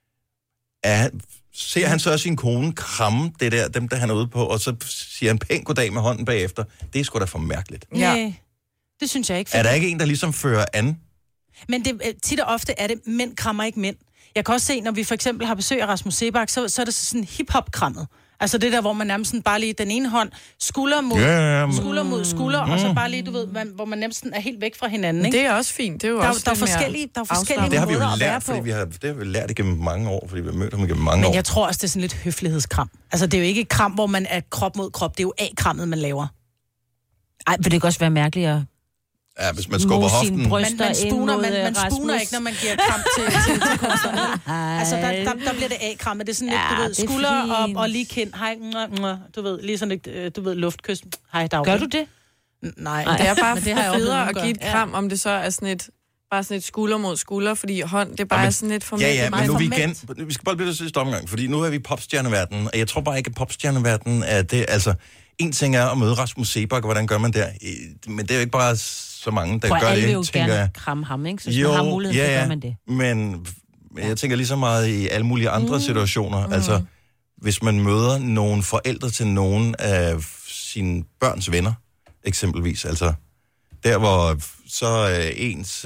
Ser han så også sin kone kramme dem, der han er ude på, og så siger han pænt goddag med hånden bagefter. Det er sgu da for mærkeligt. Ja. Det synes jeg ikke. Er der ikke en, der ligesom fører an? Men tit og ofte er det, mænd krammer ikke mænd. Jeg kan også se, når vi for eksempel har besøg af Rasmus Sebak, så er det sådan hip-hop-krammet. Altså det der, hvor man nærmest bare lige den ene hånd, skulder mod skulder, og så bare lige, du ved, hvor man nærmest er helt væk fra hinanden, ikke? Det er også fint. Det er jo der også er forskellige det har vi jo måder at være lært, på. Det har vi lært igennem mange år, fordi vi har mødt ham igennem mange år. Men jeg tror også, det er sådan lidt høflighedskram. Altså det er jo ikke et kram, hvor man er krop mod krop. Det er jo A-krammet, man laver. Ej, vil det ikke også være mærkeligt at... Ja, hvis man skubber hoften. Man spuner ikke, når man giver kram til kunstnerne. Altså, der bliver det A-krammet. Det er sådan lidt, du ved, skulder og lige kind. Hej, du ved, lige sådan lidt, du ved, luftkys. Hej, dag. Gør du det? Nej, det er bare federe at give et kram, om det så er sådan et, bare sådan et skulder mod skulder, fordi hånd, det er bare sådan lidt formelt. Ja, men nu vi igen, vi skal bare blive til sidste omgang, fordi nu er vi i popstjerneverdenen, og jeg tror bare ikke, at popstjerneverdenen er det, altså, en ting er at møde Rasmus Sebak, og hvordan gør man der? Men det er jo ikke bare så mange, der gør det. Alle vil jo gerne kramme ham, ikke? Så hvis man har mulighed, så gør man det. Men jeg tænker lige så meget i alle mulige andre situationer. Altså, hvis man møder nogle forældre til nogen af sine børns venner, eksempelvis, altså, der hvor så ens,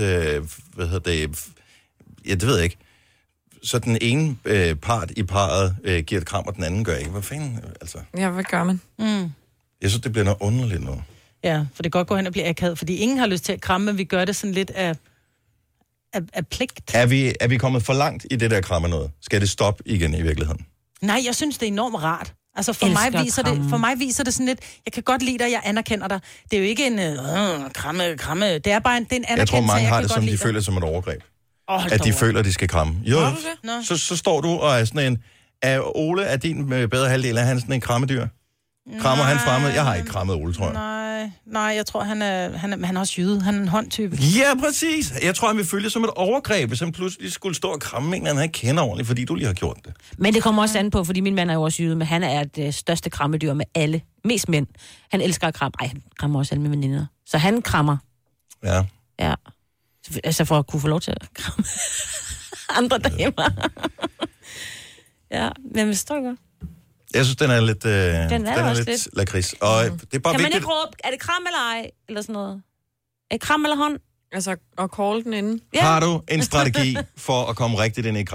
det ved jeg ikke, så den ene part i parret giver et kram, og den anden gør ikke. Hvad fanden, altså? Ja, hvad gør man? Jeg synes, det bliver noget underligt nu. Ja, for det kan godt gå hen og blive akavet, fordi ingen har lyst til at kramme, men vi gør det sådan lidt af pligt. Er vi kommet for langt i det der kramme noget? Skal det stoppe igen i virkeligheden? Nej, jeg synes, det er enormt rart. Altså for mig viser det sådan lidt, jeg kan godt lide dig, jeg anerkender dig. Det er jo ikke en kramme. Det er bare en anerkendelse. Jeg tror, mange har det, som de føler som et overgreb. At de føler, at de skal kramme. Jo, så står du og er sådan en... Ole er din bedre halvdel, er han sådan en krammedyr? Krammer han fremmed? Jeg har ikke krammet Ole, tror jeg. Nej, jeg tror, han er også jyde. Han er en håndtype. Ja, præcis. Jeg tror, han vil føle som et overgreb, hvis han pludselig skulle stå og kramme en, han ikke kender ordentligt, fordi du lige har gjort det. Men det kommer også an på, fordi min mand er jo også jyde, men han er det største krammedyr med alle. Mest mænd. Han elsker at kramme. Ej, han krammer også alle mine veninder. Så han krammer. Ja. Ja. Altså for at kunne få lov til at kramme andre damer. Ja, men det står godt. Jeg synes, den er lidt, den er lidt lakrids. Og det er bare kan man vigtigt... ikke råbe, er det kram eller ej? Eller sådan noget? Er det kram eller hånd? Altså, at call den inden. Ja. Har du en strategi for at komme rigtigt ind i kram?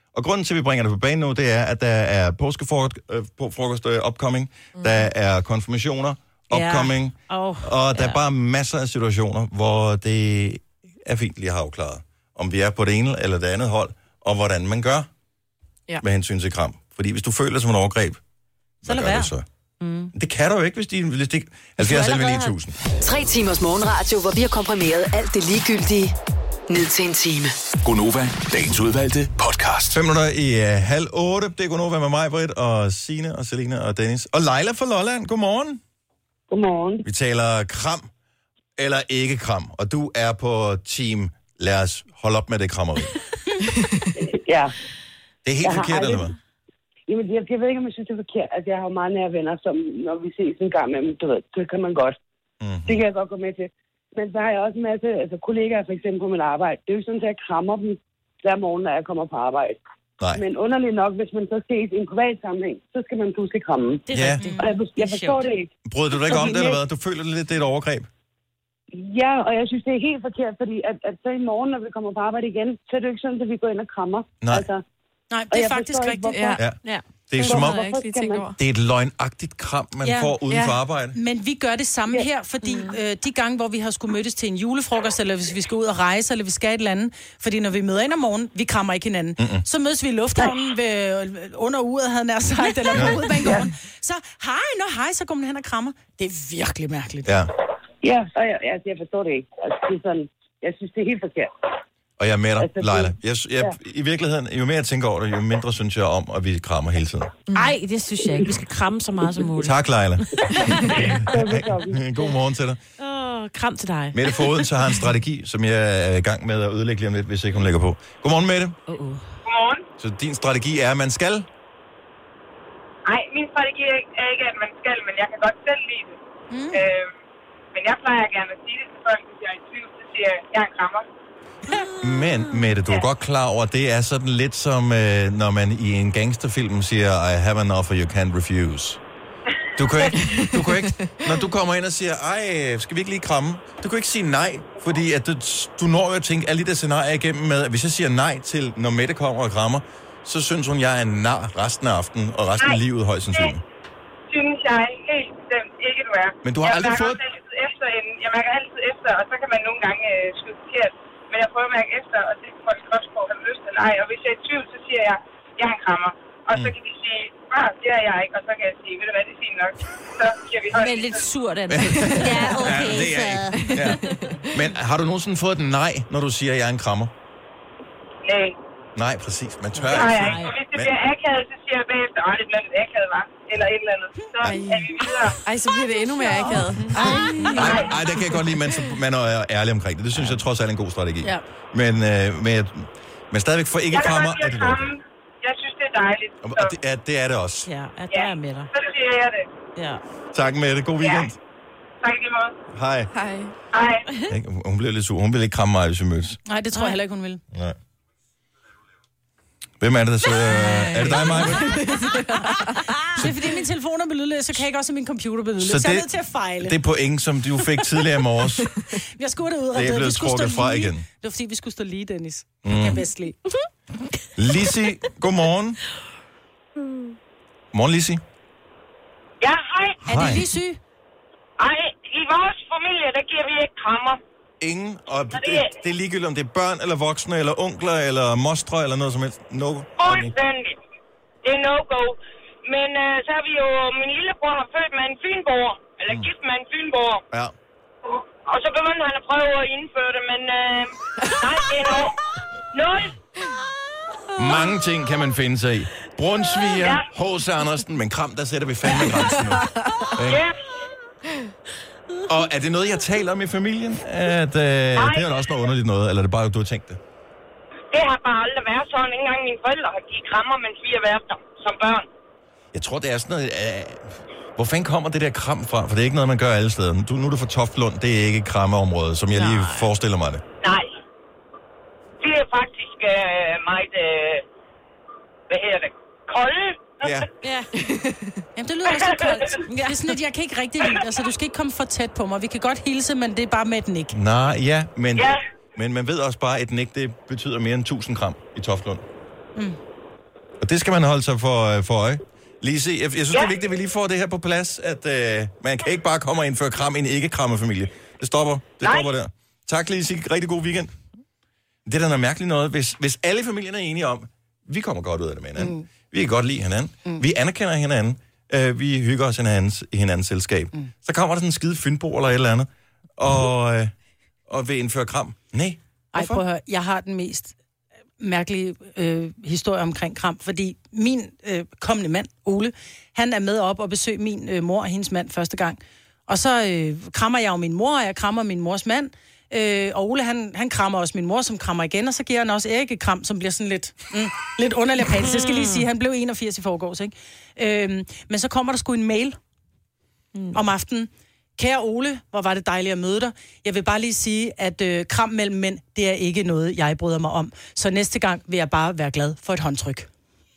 Og grunden til, at vi bringer det på banen nu, det er, at der er påskefrokost upcoming, der er konfirmationer upcoming, og der er bare masser af situationer, hvor det er fint lige at have afklaret, om vi er på det ene eller det andet hold, og hvordan man gør med hensyn til kram. Fordi hvis du føler som en overgreb, så lad være. Så? Det kan du jo ikke, hvis de 70 11 9000. 3 timers morgenradio, hvor vi har komprimeret alt det ligegyldige ned til en time. Gonova, dagens udvalgte podcast. 5 minutter i 7:30. Det er Gonova med mig, Britt, og Signe, og Selina, og Dennis. Og Leila fra Lolland. Godmorgen. Godmorgen. Vi taler kram eller ikke kram. Og du er på team. Lad os holde op med det krammeri. Ja. Det er helt forkert, eller hvad? Jamen, jeg ved ikke, om jeg synes, det er forkert. Altså, jeg har jo meget nære venner, som når vi ses en gang med dem, du ved, det kan man godt. Mm-hmm. Det kan jeg godt gå med til. Men så har jeg også en masse kollegaer, for eksempel på mit arbejde. Det er jo sådan, at jeg krammer dem hver morgen, når jeg kommer på arbejde. Nej. Men underligt nok, hvis man så ses i en privat sammenhæng, så skal man pludselig kramme. Det er rigtigt. Og jeg forstår det ikke. Bryder du dig ikke om det, eller hvad? Du føler lidt, det er et overgreb? Ja, og jeg synes, det er helt forkert, fordi at så i morgen, når vi kommer på arbejde igen, så er det jo ikke sådan, at vi går ind og krammer. Nej. Altså, nej, det er faktisk rigtigt. Ja. Det er som om, det er et løgnagtigt kram, man får uden for arbejde. Men vi gør det samme her, fordi de gange, hvor vi har skulle mødes til en julefrokost, eller hvis vi skal ud og rejse, eller vi skal et eller andet, fordi når vi møder ind om morgenen, vi krammer ikke hinanden. Så mødes vi i lufthavnen under uret, havde nær sagt, eller på udbanegården. Så hej, så går man hen og krammer. Det er virkelig mærkeligt. Ja, og jeg forstår det ikke. Altså, det er sådan, jeg synes, det er helt forkert. Og jeg er med dig, Leila. I virkeligheden, jo mere jeg tænker over det, jo mindre synes jeg om, at vi krammer hele tiden. Nej, det synes jeg ikke. Vi skal kramme så meget som muligt. Tak, Leila. God morgen til dig. Kram til dig. Mette Foden, så har en strategi, som jeg er i gang med at ødelægge lige om lidt, hvis ikke hun lægger på. Godmorgen, Mette. Godmorgen. Så din strategi er, at man skal? Nej, min strategi er ikke, at man skal, men jeg kan godt selv lide det. Men jeg plejer gerne at sige det til folk, hvis jeg er i tvivl, så siger jeg er en krammer. Men, Mette, du er godt klar over, at det er sådan lidt som, når man i en gangsterfilm siger, I have an offer you can't refuse. Du kan ikke, når du kommer ind og siger, skal vi ikke lige kramme? Du kan ikke sige nej, fordi at du når jo at tænke alle de der scenarier igennem med, at hvis jeg siger nej til, når Mette kommer og krammer, så synes hun, jeg er en nar resten af aftenen og resten af livet højst sandsynligt. Synes jeg helt bestemt ikke, du er. Men du har aldrig fået... Jeg mærker altid efter, og så kan man nogle gange skyde forkert. Men jeg prøver at mærke efter, og det kan folk også på at have lyst eller ej. Og hvis jeg er i tvivl, så siger jeg har en krammer. Og så kan de sige, det er jeg ikke. Og så kan jeg sige, ved du hvad, det er fint nok. Så siger vi højt. Men lidt surt er det. Ja, okay, det er ikke. Ja. Men har du nogensinde fået et nej, når du siger, at jeg er en krammer? Nej. Nej, præcis. Man tør ikke. Nej. Og hvis det bliver akavet, så siger jeg bagefter, det bliver lidt akavet, var. Eller et eller andet. Så er vi videre. Så bliver det endnu mere akavet. Ej, det kan jeg godt lide, man er ærlig omkring det. Det synes jeg trods alt er en god strategi. Ja. Men stadigvæk for ikke krammer, er det lort. Jeg synes, det er dejligt. Og det er det også. Ja, der er med dig. Så siger jeg det. Ja. Tak, Mette. God weekend. Tak i lige måde. Hej. Hun blev lidt sur. Hun ville ikke kramme mig, hvis vi mødtes. Nej, det tror jeg heller ikke, hun vil. Nej. Hvem er det, der sidder? Er det dig, Maja? Det er fordi, min telefon er på lydløs, så kan jeg ikke også min computer på lydløs. Så jeg er nødt til at fejle. Det er point, som du fik tidligere i morges. Jeg skulle det ud. Det er blevet trukket fra igen. Det var fordi, vi skulle stå lige, Dennis. Det kan jeg bedst lide. Lissi, godmorgen. Godmorgen, Lissi. Ja, hej. Er det lige syg? Ej, i vores familie, der giver vi ikke krammer. Ingen, og det er ligegyldigt, om det er børn, eller voksne, eller onkler, eller mostre, eller noget som helst. No. Fuldstændigt. Det er no-go. Men så har vi jo, min lillebror har født med en fynborger, eller gift med en fynborger. Ja. Og så begyndte han at prøve at indføre det, men nej, det er nul. Mange ting kan man finde sig i. Brunsviger, H.C. Andersen, men kram, der sætter vi fandme grænsen nu. Ja. Og er det noget, jeg taler om i familien? At, det er da også noget underligt noget, eller er det bare, du har tænkt det? Det har bare aldrig været sådan. Ikke engang mine forældre har givet krammer, mens vi har været der som børn. Jeg tror, det er sådan noget... hvor fanden kommer det der kram fra? For det er ikke noget, man gør alle steder. Nu er du fra Toftlund, det er ikke krammeområdet, som jeg lige forestiller mig det. Nej. Det er faktisk meget... hvad hedder det? Kolde. Ja. Jamen, det lyder også lidt koldt. Det er sådan, at jeg kan ikke rigtig lide. Altså, du skal ikke komme for tæt på mig. Vi kan godt hilse, men det er bare med et nik. Nej, men man ved også bare, at et nik, det betyder mere end 1000 gram i Toftlund. Og det skal man holde sig for øje. Lise, jeg synes, det er vigtigt, at vi lige får det her på plads, at man kan ikke bare komme og indføre kram i en ikke-krammefamilie. Det stopper der. Tak, Lise. Rigtig god weekend. Det er da noget mærkeligt noget, hvis alle familierne er enige om, vi kommer godt ud af det med hinanden. Vi kan godt lide hinanden. Vi anerkender hinanden. Vi hygger os i hinandens selskab. Så kommer der sådan en skide fynbo eller et eller andet, og vil indføre kram. Nej. Ej, prøv at høre. Jeg har den mest mærkelige historie omkring kram, fordi min kommende mand, Ole, han er med op og besøger min mor og hendes mand første gang. Og så krammer jeg jo min mor, og jeg krammer min mors mand. Og Ole, han krammer også min mor, som krammer igen, og så giver han også Erik et kram, som bliver sådan lidt underlig patisk. Jeg skal lige sige, han blev 81 i forgårs, ikke? Men så kommer der sgu en mail om aftenen. Kære Ole, hvor var det dejligt at møde dig. Jeg vil bare lige sige, at kram mellem mænd, det er ikke noget, jeg bryder mig om. Så næste gang vil jeg bare være glad for et håndtryk.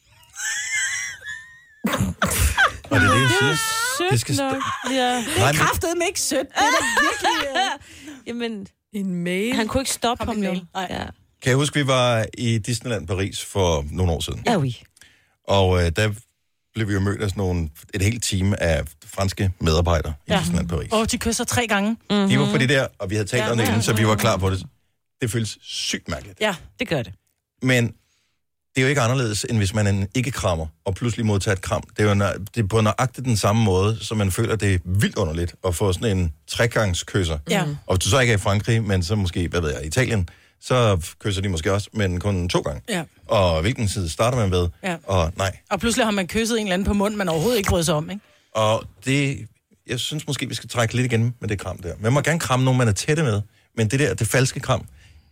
Og det er det, jeg siger. Det skal Det er kraftedeme ikke sødt. Det er da virkelig... Jamen, en mail. Han kunne ikke stoppe ham jo. Ja. Kan jeg huske, vi var i Disneyland Paris for nogle år siden? Ja, oui. Og der blev vi jo mødt af sådan et helt team af franske medarbejdere i Disneyland Paris. Og de kysser 3 gange. Mm-hmm. De var på det der, og vi havde talt om det inden, så vi var klar på det. Det føles sygt mærkeligt. Ja, det gør det. Men det er jo ikke anderledes, end hvis man ikke krammer, og pludselig modtager et kram. Det er jo det er på nøjagtigt den samme måde, så man føler, det er vildt underligt at få sådan en tregangskysser. Ja. Og hvis du så ikke er i Frankrig, men så måske, i Italien, så kysser de måske også, men kun 2 gange. Ja. Og hvilken side starter man ved? Ja. Og nej. Og pludselig har man kysset en eller anden på munden, man overhovedet ikke bryder sig om, ikke? Og jeg synes måske, vi skal trække lidt igen med det kram der. Man må gerne kramme nogen, man er tætte med, men det falske kram,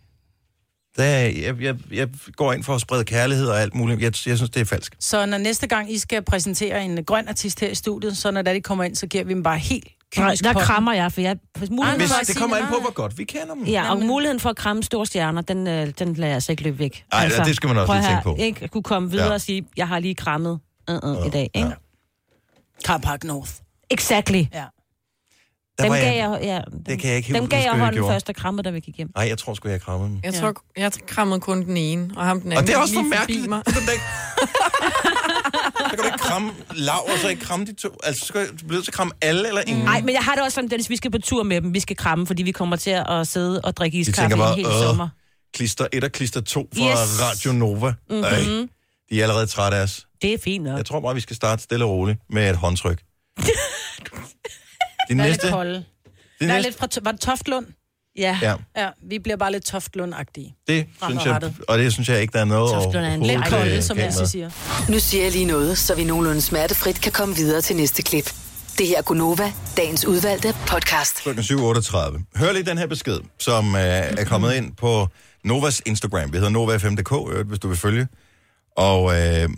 jeg går ind for at sprede kærlighed og alt muligt. Jeg synes, det er falsk. Så når næste gang I skal præsentere en grøn artist her i studiet, så når de kommer ind, så giver vi dem bare helt kynisk. Der krammer jeg, for jeg... Det kommer an på, hvor godt vi kender dem. Ja, og muligheden for at kramme store stjerner, den lader jeg altså ikke løbe væk. Nej, altså, det skal man også lige tænke på. Ikke kunne komme videre og sige, jeg har lige krammet i dag, ikke? Car Park North. Exactly. Ja. Dem gav jeg hånden først og krammede, da vi gik hjem. Nej, jeg tror sgu, jeg krammede dem. Jeg tror, jeg krammede kun den ene, og ham den anden. Og det er også for mærkeligt. Så kan du ikke kramme Lav, og så ikke kramme de 2. Altså, så du bliver til at kramme alle eller ingen. Nej, men jeg har det også sådan, at vi skal på tur med dem. Vi skal kramme, fordi vi kommer til at sidde og drikke iskaffe en hel sommer. Klister 1 og klister 2 fra Radio Nova. Mm-hmm. De er allerede trætte af os. Det er fint nok. Jeg tror bare, vi skal starte stille og roligt med et håndtryk. Det næste... lidt kolde. Der er lidt fra... Var det Toftlund? Ja. Vi bliver bare lidt Toftlund-agtige. Det synes jeg, og det synes jeg ikke, der er noget Toftlund er en lidt kolde, som jeg siger. Nu siger jeg lige noget, så vi nogenlunde smertefrit kan komme videre til næste klip. Det her er Gunova, dagens udvalgte podcast. 7:38. Hør lige den her besked, som er kommet ind på Novas Instagram. Vi hedder NovaFM.dk, hvis du vil følge. Og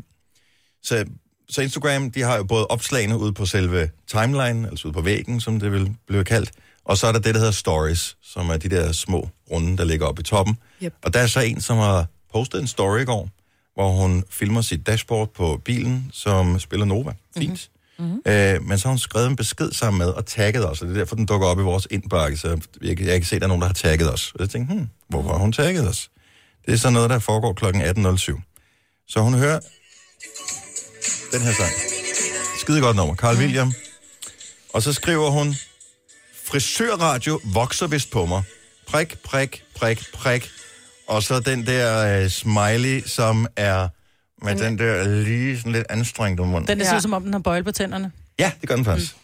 så Instagram, de har jo både opslagene ude på selve timeline, altså ude på væggen, som det vil blive kaldt, og så er der det, der hedder stories, som er de der små runde, der ligger oppe i toppen. Yep. Og der er så en, som har postet en story i går, hvor hun filmer sit dashboard på bilen, som spiller Nova. Fint. Mm-hmm. Men så har hun skrevet en besked sammen med og tagget os, og det er derfor, den dukker op i vores indbakke, så jeg kan se, at der er nogen, der har tagget os. Og jeg tænkte, hvorfor har hun tagget os? Det er så noget, der foregår kl. 18.07. Så hun hører den her sang. Skide godt nummer. Carl William. Og så skriver hun, frisørradio vokser vist på mig. Prik, prik, prik, prik. Og så den der smiley, som er med den der lige sådan lidt anstrengt om munden. Den ser ud som om, den har bøjle på tænderne. Ja, det gør den faktisk.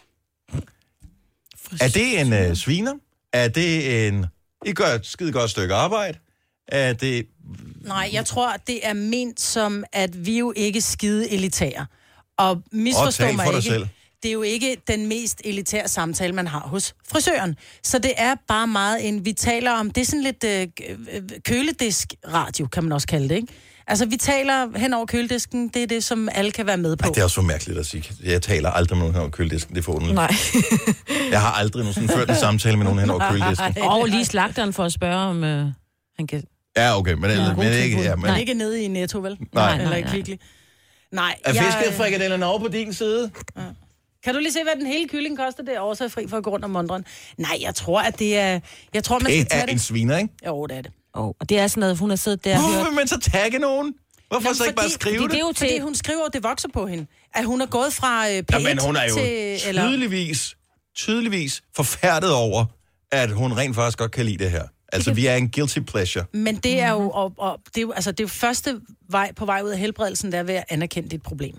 Er det en sviner? Er det en... I gør et skide godt stykke arbejde? Er det... Nej, jeg tror, det er ment som, at vi jo ikke skide elitære. Og misforstår mig ikke. Selv. Det er jo ikke den mest elitære samtale, man har hos frisøren. Så det er bare meget en... Vi taler om... Det er sådan lidt køledisk-radio, kan man også kalde det, ikke? Altså, vi taler hen over køledisken. Det er det, som alle kan være med på. Ej, det er også så mærkeligt at sige. Jeg taler aldrig med nogen hen over køledisken. Det er for underligt. Nej. Jeg har aldrig nogensinde ført en samtale med nogen hen over køledisken. Og lige slagteren for at spørge, om han kan... Ja, okay, men ikke... Ja, men ikke nede i Netto, vel? Nej. Eller i Kvickly. Nej. Er fiskefrikadellerne over på din side? Ja. Kan du lige se, hvad den hele kylling koster derovre, så er fri for at gå rundt om mondren? Nej, jeg tror, at det er... Jeg tror, man skal tage det. En sviner, ikke? Jo, det er det. Og det er sådan noget, hun har siddet der... Hvorfor vil man så tagge nogen? Hvorfor så ikke bare skrive det? Det er jo fordi hun skriver, at det vokser på hende. At hun er gået fra P1 men hun er jo til... tydeligvis forfærdet over, at hun rent faktisk godt kan lide det her. Altså, vi er en guilty pleasure. Men det er jo, det er jo, altså, det er jo første vej på vej ud af helbredelsen, der er ved at anerkende dit problem.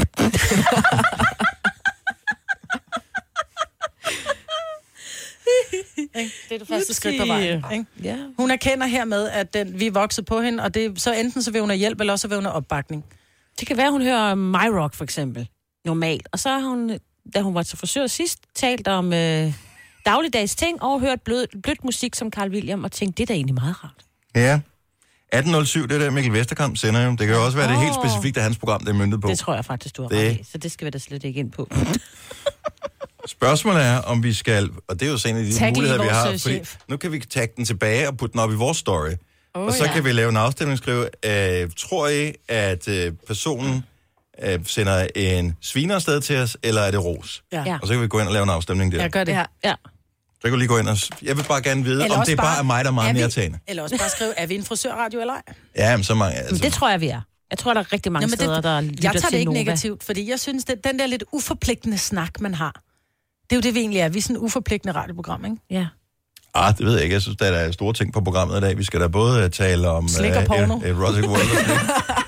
Det er det første skridt på vejen. Ikke? Hun erkender hermed, at vi er vokset på hende, og så enten så vil hun have hjælp, eller også vil hun have opbakning. Det kan være, hun hører My Rock for eksempel, normalt. Og så har hun, da hun var til frisør sidst, talt om dagligdags ting, og hørt blødt musik som Carl William, og tænkt, det er da egentlig meget rart. Ja. 1807, det der Mikkel Vesterkamp sender jo. Det kan jo også være det helt specifikt af hans program, det er myndet på. Det tror jeg faktisk, du har ret i, så det skal vi da slet ikke ind på. Spørgsmålet er, om vi skal, og det er jo sådan en af de muligheder, vi har, fordi nu kan vi tagge den tilbage og putte den op i vores story. Og så kan vi lave en afstemning, skrive, tror I, at personen sender en sviner afsted til os, eller er det ros? Ja. Og så kan vi gå ind og lave en afstemning der. Jeg gør det. Ja. Så kan vi lige gå ind og... Jeg vil bare gerne vide, eller om det bare er mig, der er meget mere tagende. Eller også bare skrive, er vi en frisørradio eller ej? Ja, men så mange... Altså. Men det tror jeg, vi er. Jeg tror, der er rigtig mange steder, der lytter til Nova. Jeg tager det ikke negativt, fordi jeg synes, at den der lidt uforpligtende snak, man har, det er jo det, vi egentlig er. Vi er sådan et uforpligtende radioprogram, ikke? Ja. Det ved jeg ikke. Jeg synes, der er store ting på programmet i dag. Vi skal da både tale om... Slik og porno. Erotic World.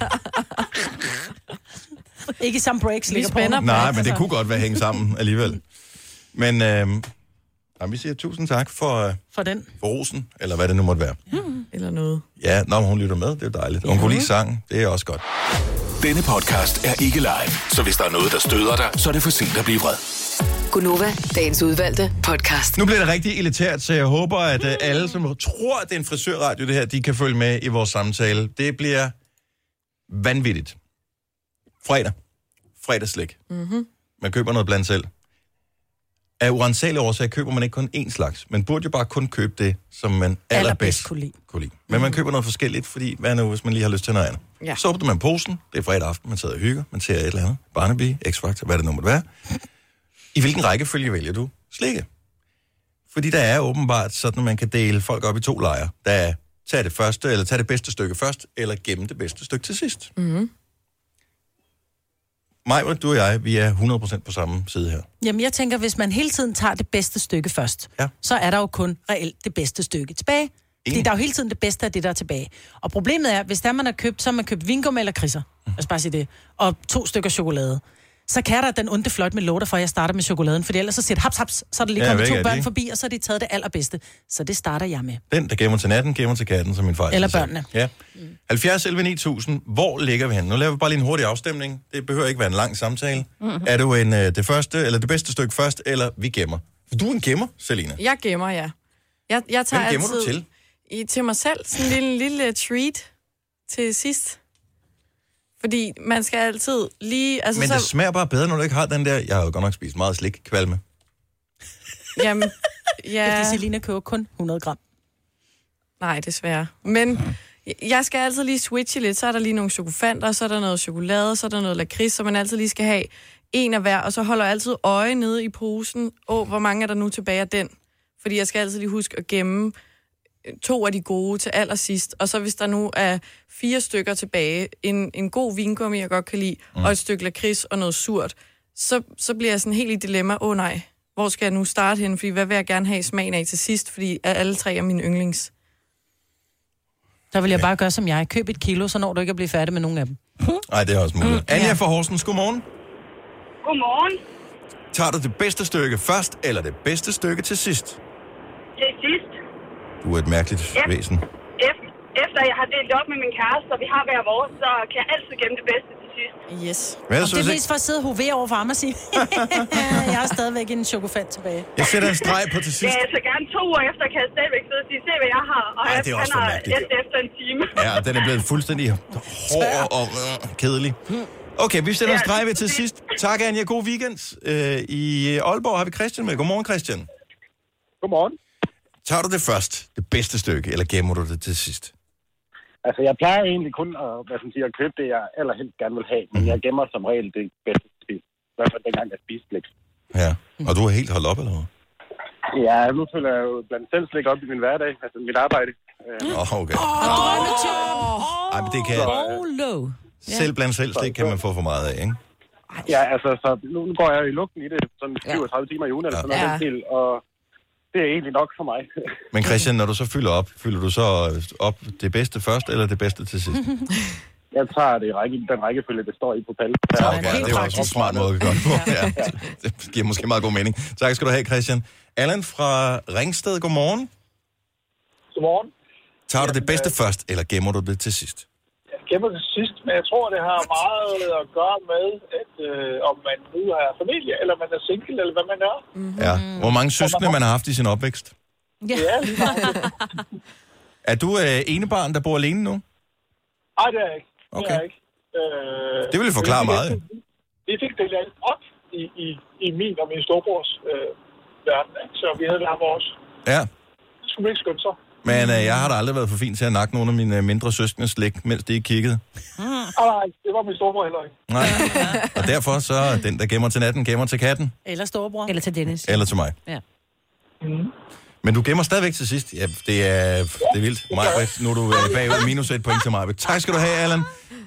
Ikke som breaks, slik og porno. Nej, men det kunne godt være hænge sammen alligevel. Men vi siger tusind tak for rosen, eller hvad det nu måtte være. Eller noget. Ja, når hun lytter med, det er dejligt. Hun kunne lide sangen, det er også godt. Denne podcast er ikke live, så hvis der er noget, der støder dig, så er det for sent at blive vred. Gunova, dagens udvalgte podcast. Nu bliver det rigtig elitært, så jeg håber, at alle, som tror, at det er en frisørradio, det her, de kan følge med i vores samtale. Det bliver vanvittigt. Fredagsslik. Man køber noget blandt selv. Af uansagelige årsager køber man ikke kun én slags. Man burde jo bare kun købe det, som man allerbedst kunne lide. Men man køber noget forskelligt, fordi hvad nu, hvis man lige har lyst til noget andet? Ja. Så åbner man posen, det er fredag aften, man sidder og hygger, man ser et eller andet, Barnaby, X-Factor, hvad det nu måtte være. I hvilken rækkefølge vælger du slikke? Fordi der er åbenbart sådan, at man kan dele folk op i 2 lejre. Der er tage det første, eller tage det bedste stykke først, eller gemme det bedste stykke til sidst. Maja, du og jeg, vi er 100% på samme side her. Jamen, jeg tænker, hvis man hele tiden tager det bedste stykke først, så er der jo kun reelt det bedste stykke tilbage. Fordi der er jo hele tiden det bedste af det, der er tilbage. Og problemet er, hvis der man har købt, så har man købt vingummi eller krisser, lad os bare sige det, og 2 stykker chokolade. Så kan der den onde fløjt med låter for, at jeg starter med chokoladen, fordi ellers så siger det haps, så er der lige kommet 2 børn forbi, og så er de taget det allerbedste. Så det starter jeg med. Den, der gemmer til natten, gemmer til katten, som min far. Eller børnene. Ja. 70 11 9000, hvor ligger vi hen? Nu laver vi bare lige en hurtig afstemning. Det behøver ikke være en lang samtale. Er du det første, eller det bedste stykke først, eller vi gemmer? Du er en gemmer, Selina. Jeg gemmer, ja. Jeg tager hvem gemmer du til? Til mig selv. Sådan en lille treat til sidst. Fordi man skal altid lige... Altså, men det smager bare bedre, når du ikke har den der... Jeg har jo godt nok spist meget slik kvalme. Jamen, ja... Fordi Selina køber kun 100 gram. Nej, desværre. Men jeg skal altid lige switche lidt. Så er der lige nogle chokofanter, så er der noget chokolade, så er der noget lakrids, så man altid lige skal have en af hver. Og så holder jeg altid øje nede i posen. Hvor mange er der nu tilbage af den? Fordi jeg skal altid lige huske at gemme 2 af de gode til allersidst. Og så hvis der nu er 4 stykker tilbage, en god vingummi, jeg godt kan lide, og et stykke lakrids og noget surt, så bliver jeg sådan helt i dilemma. Nej, hvor skal jeg nu starte hen? Fordi hvad vil jeg gerne have smagen af til sidst? Fordi alle 3 er mine yndlings. Der vil jeg bare gøre som jeg. Køb 1 kilo, så når du ikke at blive færdig med nogen af dem. Nej, det er også muligt. Anja fra Horsens, godmorgen. Godmorgen. Tager du det bedste stykke først, eller det bedste stykke til sidst? Til sidst. Du er et mærkeligt væsen. Efter jeg har delt op med min kæreste, og vi har hver vores, så kan jeg altid gemme det bedste til sidst. Yes. Og det er mest for at sidde og hovere over for ham og sige, jeg har stadigvæk en chokofant tilbage. Jeg sætter en streg på til sidst. Ja, så gerne 2 uger efter kan jeg stadigvæk sidde og sige, se hvad jeg har. Og det er også for mærkeligt. Efter en time. Ja, den er blevet fuldstændig hård og kedelig. Okay, vi sætter en streg ved til sidst. Tak, Anja. God weekend. I Aalborg har vi Christian med. Godmorgen, Christian. Godmorgen. Tager du det først, det bedste stykke, eller gemmer du det til sidst? Altså, jeg plejer egentlig kun at købe det, jeg allerhelst gerne vil have, men jeg gemmer som regel det bedste spil. I hvert fald dengang, jeg spiste slik. Ja, og du har helt holdt op, eller hvad? Ja, nu føler jeg jo blandt selv slik op i min hverdag, altså mit arbejde. Okay. Ej, men det kan... Selv blandt selv slik kan man få for meget af, ikke? Ja, altså, så nu går jeg i lugten i det sådan 37 timer i ugen, eller sådan noget, og det er egentlig nok for mig. Men Christian, når du så fylder du så op det bedste først, eller det bedste til sidst? Jeg tager det den rækkefølge, det står i på pallen. Okay, det er også en smart måde at gøre på. Ja, det giver måske meget god mening. Tak skal du have, Christian. Allan fra Ringsted, godmorgen. Godmorgen. Tager du det bedste først, eller gemmer du det til sidst? Jeg gemmer det til sidst, men jeg tror, det har meget at gøre med, at om man nu er familie, eller man er single, eller hvad man er. Mm-hmm. Ja. Hvor mange søskende man har haft i sin opvækst? Ja, lige meget. Er du enebarn, der bor alene nu? Nej, det er jeg ikke. Okay. Det er jeg ikke. Det vil forklare meget. Vi fik det lidt op i min og min storebrors verden, så vi havde hver vores. Ja. Det skulle vi ikke skynde sig. Men jeg har da aldrig været for fint til at nakke nogle af mine mindre søskende slægt, mens de kiggede. Nej, det var min storebror heller ikke. Nej. Og derfor så den, der gemmer til natten, gemmer til katten. Eller storebror. Eller til Dennis. Eller til mig. Ja. Men du gemmer stadigvæk til sidst. Ja, det er vildt. Majbrit, nu er du bagud minus 1 point til Majbrit. Tak skal du have, Allan.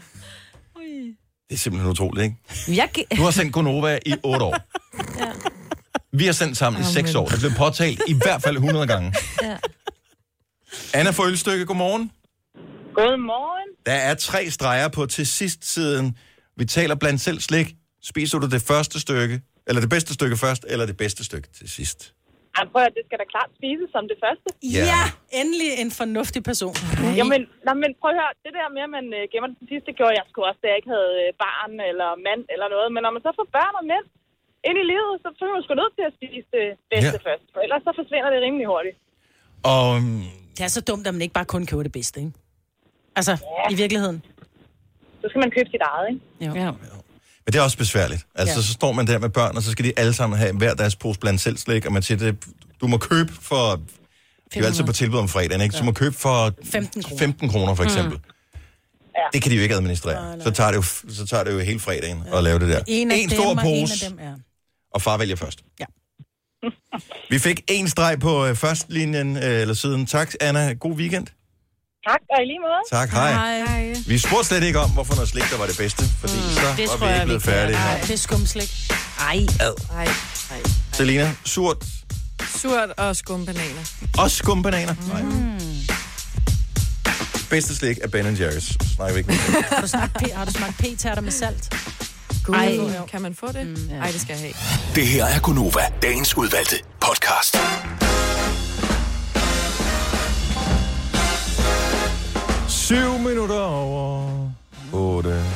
Det er simpelthen utroligt, ikke? Du har sendt Gonova i 8 år. Ja. Vi har sendt sammen i 6 år. Det blev påtalt i hvert fald 100 gange. Ja. Anna fra Ølstykke, godmorgen. Godmorgen. Der er 3 streger på til sidst siden. Vi taler blandt selv slik. Spiser du det første stykke, eller det bedste stykke først, eller det bedste stykke til sidst? Prøv at det skal da klart spises som det første. Ja, endelig en fornuftig person. Jamen, prøv at høre, det der med, at man gemmer det til sidst, det gjorde jeg sgu også, da jeg ikke havde barn eller mand eller noget. Men når man så får børn og mænd ind i livet, så er man sgu nødt til at spise det bedste først. For ellers så forsvinder det rimelig hurtigt. Og det er så dumt, at man ikke bare kun køber det bedste, ikke? Altså, i virkeligheden. Så skal man købe sit eget, ikke? Jo. Ja. Men det er også besværligt. Altså, så står man der med børn, og så skal de alle sammen have hver deres pose blandt selv slik, og man siger, du må købe for... Det er jo altid på tilbud om fredagen, ikke? Så du må købe for 15 kroner, for eksempel. Ja. Det kan de jo ikke administrere. Så tager det jo hele fredagen at lave det der. En stor pose, og far vælger først. Ja. Vi fik 1 streg på førstlinjen, eller siden. Tak, Anna. God weekend. Tak, og i lige måde. Tak, hej. Vi spurgte slet ikke om, hvorfor noget slik, der var det bedste, fordi så var vi ikke blevet færdige. Nej, det er skumslik. Ej. Selina, surt og skumbananer. Og skumbananer? Bedste slik er Ben & Jerry's. Snakker vi ikke med. Har du smagt p-tærter med salt? Ej, kan man få det? Ej, det skal jeg have. Det her er Gonova, dagens udvalgte podcast. Syv minutter over 8. Det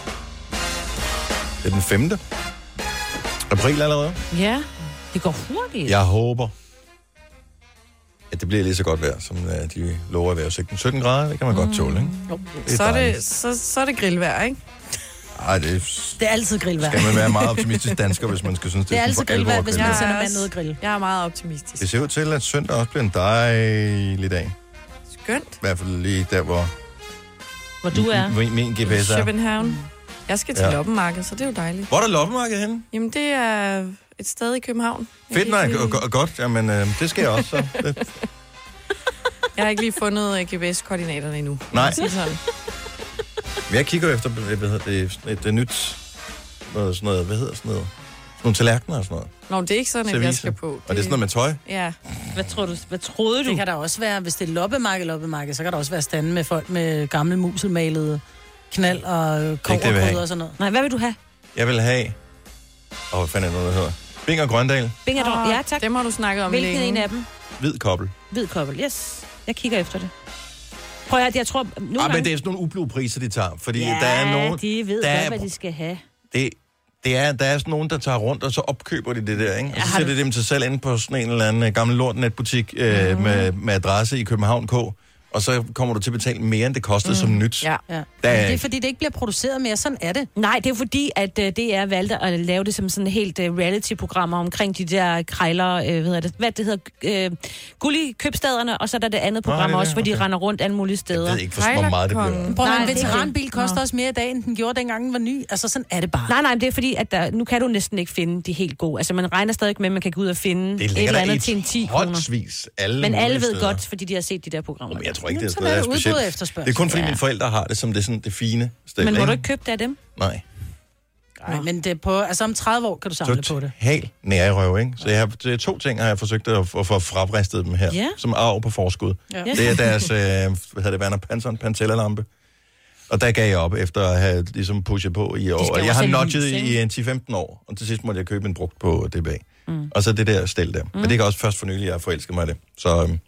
er den 5. april allerede. Ja, det går hurtigt. Jeg håber, at det bliver lige så godt vejr, som de lover at være 17 grader. Det kan man godt tåle, ikke? Så er det grillvejr, ikke? Ej, det er altid grillvejr. Skal man være meget optimistisk dansker, hvis man skal synes, det er altid grillvejr, hvis man sender mand ned og grill. Jeg er meget optimistisk. Det ser ud til, at søndag også bliver en dejlig dag. Skønt. I hvert fald lige der, hvor du er. Min GPS er. København. Jeg skal til loppemarked, så det er jo dejligt. Hvor er der loppemarked henne? Jamen, det er et sted i København. Fedt nok, godt. Jamen, det skal jeg også. Så. Jeg har ikke lige fundet GPS-koordinaterne endnu. Nej. Jeg kigger efter et nyt sådan noget, hvad hedder sådan noget? Nogle tallerkener og sådan noget. Nå, det er ikke sådan, at jeg skal på. Og det er sådan noget med tøj? Ja. Hvad troede du? Det kan der også være, hvis det er loppemarked, så kan der også være stande med folk med gamle muselmalede knald og koverkrydder og sådan noget. Nej, hvad vil du have? Jeg vil have... hvad fanden er det, der hedder? Bing og Grøndal. Bing og ja, tak. Dem har du snakket om Hvilken længe. en af dem? Hvid kobbel. Hvid kobbel, yes. Jeg kigger efter det. Prøv at jeg tror... Men det er sådan nogle ublu-priser, de tager. Fordi ja, der er nogen, de ved godt, hvad de skal have. Der er sådan nogen, der tager rundt, og så opkøber de det der, ikke? Og så sætter de dem til salg inde på sådan en eller anden gammel lort-netbutik med adresse i København K. Og så kommer du til at betale mere, end det kostede som nyt. Ja. Det er fordi, det ikke bliver produceret mere. Sådan er det. Nej, det er fordi, at DR valgte at lave det som sådan helt reality-programmer omkring de der krejler, hvad det hedder, Gulli købstederne, og så er der det andet program også, hvor de render rundt alle mulige steder. Jeg ved ikke, hvor meget det bliver. Prøv en veteranbil koster også mere i dag, end den gjorde, dengang den var ny. Altså, sådan er det bare. Nej, det er fordi, at nu kan du næsten ikke finde de helt gode. Altså, man regner stadig med, at man kan gå ud og finde et eller andet til en 10 kroner. Men alle ved godt, fordi de har set de der programmer. Jeg tror ikke, det Sådan er er det udbud specielt. og efterspørgsel. Det er kun fordi mine forældre har det som det, sådan, det fine sted. Men må du ikke købe det af dem? Nej. Nej, men det er på, altså om 30 år kan du samle på det. Helt nærrøv, ikke? Så det er 2 ting, har jeg forsøgt at få frabristet dem her, som arv på forskud. Ja. Det er deres, Werner Panson Pantella-lampe. Og der gav jeg op, efter at have ligesom pushet på i år. Og jeg har nudget i 10-15 år, og til sidst måtte jeg købe en brugt på DBA. Og så det der stel der. Men det kan også først for nylig, jeg forelsker mig i det. Så,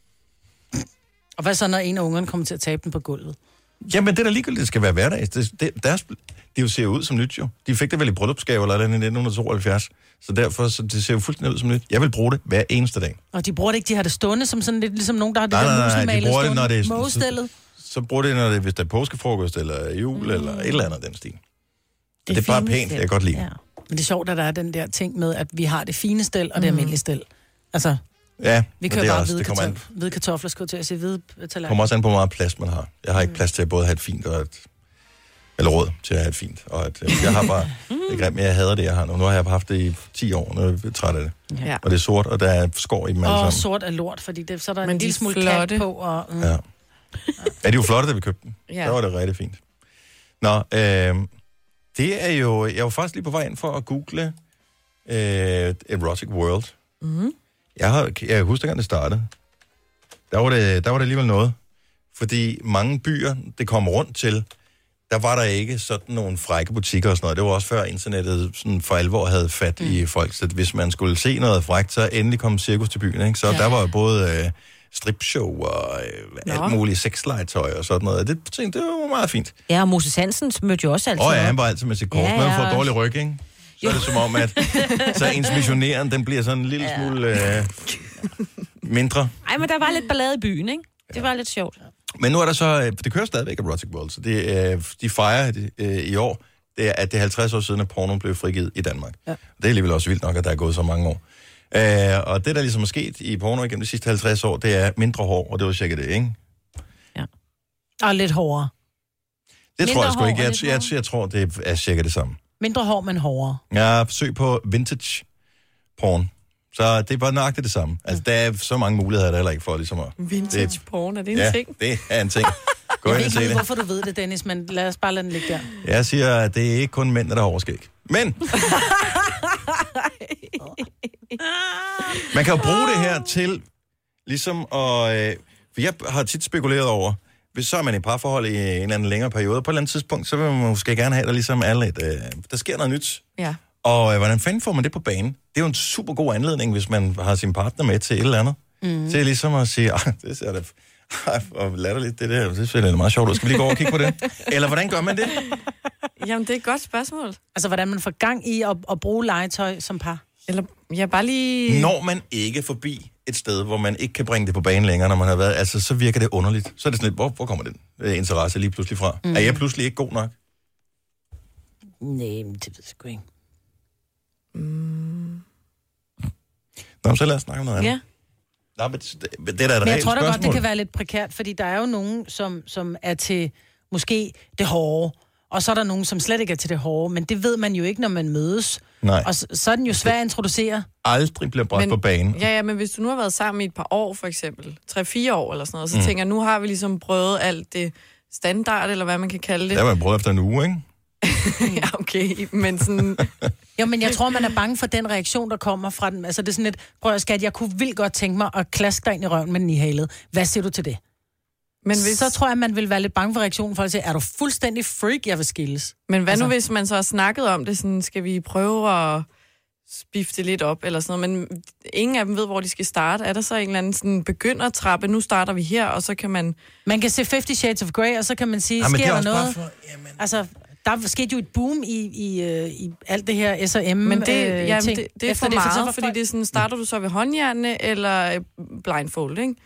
Og hvad så, når en af ungerne kommer til at tabe den på gulvet? Jamen, det er da ligegyldigt, det skal være hverdags. De jo ser ud som nyt, jo. De fik det vel i bryllupsgave eller den i 1972. Så derfor, så det ser jo fuldstændig ud som nyt. Jeg vil bruge det hver eneste dag. Og de bruger det ikke, de har det stående som sådan lidt, ligesom nogen, der har det Nej, de bruger det, når det er mågestillet. Så bruger det, når det, hvis der er påskefrokost eller jul eller et eller andet af den stil. Det er bare pænt, jeg kan godt lide. Ja. Men det er sjovt, at der er den der ting med, at vi har det fine stel og det almindelige stel. Altså, ja, vi kører bare hvide kartofler, skulle til at sige hvide tallerkener. Det kommer også an på, hvor meget plads man har. Jeg har ikke plads til at både have et fint og et... Eller råd til at have et fint. Og jeg har bare... Det er grimt, men jeg hader det, jeg har nu. Nu har jeg haft det i 10 år, nu er jeg træt af det. Ja. Og det er sort, og der er skår i dem alle sammen. Sort er lort, fordi det, så er der en lille smule kat på. Og, Ja. Er de jo flotte, da vi købte dem? Ja. Der var det rigtig fint. Nå, det er jo... Jeg var faktisk lige på vej ind for at google Erotic World. Mm-hmm. Jeg husker, da det startede. Der var det alligevel noget. Fordi mange byer, det kom rundt til, der var der ikke sådan nogle frække butikker og sådan noget. Det var også før internettet sådan for alvor havde fat i folk. Så hvis man skulle se noget frækt, så endelig kom cirkus til byen. Ikke? Så der var både stripshow og alt muligt sexlegetøj og sådan noget. Det var meget fint. Ja, og Moses Hansen mødte jo også altid. Ja, han var altid med sit kors. Ja, man får dårlig ryg, ikke? Så er det som om, at så ens missionæren, den bliver sådan en lille smule mindre. Ej, men der var lidt ballade i byen, ikke? Det var lidt sjovt. Men nu er der så, det kører stadigvæk Erotic World, så de fejrer i år, at det er 50 år siden, at porno blev frigivet i Danmark. Ja. Det er alligevel også vildt nok, at der er gået så mange år. Og det, der ligesom er sket i porno igennem de sidste 50 år, det er mindre hår, og det var sikkert det, ikke? Ja. Og lidt hårdere. Det tror jeg sgu ikke. Jeg tror, det er cirka det samme. Mindre hår, men hårdere. Jeg forsøg på vintage porn. Så det er bare nøjagtigt det samme. Altså, der er så mange muligheder, der heller ikke for ligesom at... Vintage porn, er det en ting? Ja, det er en ting. Gå jeg ind ved og se ikke, det. hvorfor du ved det, Dennis, men lad os bare lade den ligge der. Jeg siger, at det er ikke kun mænd, der har overskæg. Men... man kan jo bruge det her til ligesom at... for jeg har tit spekuleret over, hvis så er man i parforhold i en eller anden længere periode, på et eller andet tidspunkt, så vil man måske gerne have, der ligesom er lidt... der sker noget nyt. Ja. Og hvordan fanden får man det på banen? Det er jo en super god anledning, hvis man har sin partner med til et eller andet. Til ligesom at sige, det ser da... og latterligt, det der, det ser meget sjovt ud. Skal vi lige gå over og kigge på det? Eller hvordan gør man det? Jamen, det er et godt spørgsmål. Altså, hvordan man får gang i at bruge legetøj som par? Eller, jeg bare lige... Når man ikke forbi et sted, hvor man ikke kan bringe det på banen længere, når man har været... Altså, så virker det underligt. Så er det sådan lidt, hvor kommer den interesse lige pludselig fra? Er jeg pludselig ikke god nok? Nej, men det ved jeg sgu ikke. Nå, så lad os snakke om noget andet. Ja. Nå, men det er da et men jeg reelt tror da spørgsmål. godt, det kan være lidt prekært, fordi der er jo nogen, som er til måske det hårde, og så er der nogen, som slet ikke er til det hårde, men det ved man jo ikke, når man mødes. Nej. Og så er den jo svær at introducere. Aldrig bliver bragt på banen. Ja, men hvis du nu har været sammen i et par år, for eksempel, 3-4 år eller sådan noget, så tænker jeg, nu har vi ligesom prøvet alt det standard, eller hvad man kan kalde det. Det har man prøvet efter en uge, ikke? Ja, okay, men sådan... Jo, men jeg tror, man er bange for den reaktion, der kommer fra den. Altså, det er sådan lidt, prøv at skat, jeg kunne vildt godt tænke mig at klaske dig ind i røven med den i halet. Hvad siger du til det? Men hvis... Så tror jeg, man vil være lidt bange for reaktionen, for at sige, er du fuldstændig freak, jeg vil skilles? Men hvad nu, hvis man så har snakket om det, sådan, skal vi prøve at spifte lidt op, eller sådan noget, men ingen af dem ved, hvor de skal starte. Er der så en eller anden sådan begyndertrappe, nu starter vi her, og så kan man... Man kan se 50 Shades of Grey, og så kan man sige, sker der noget? Altså... Der skete jo et boom i alt det her S&M. Men det er for meget, fordi det det er sådan, starter du så ved håndjernene eller blindfold, ikke?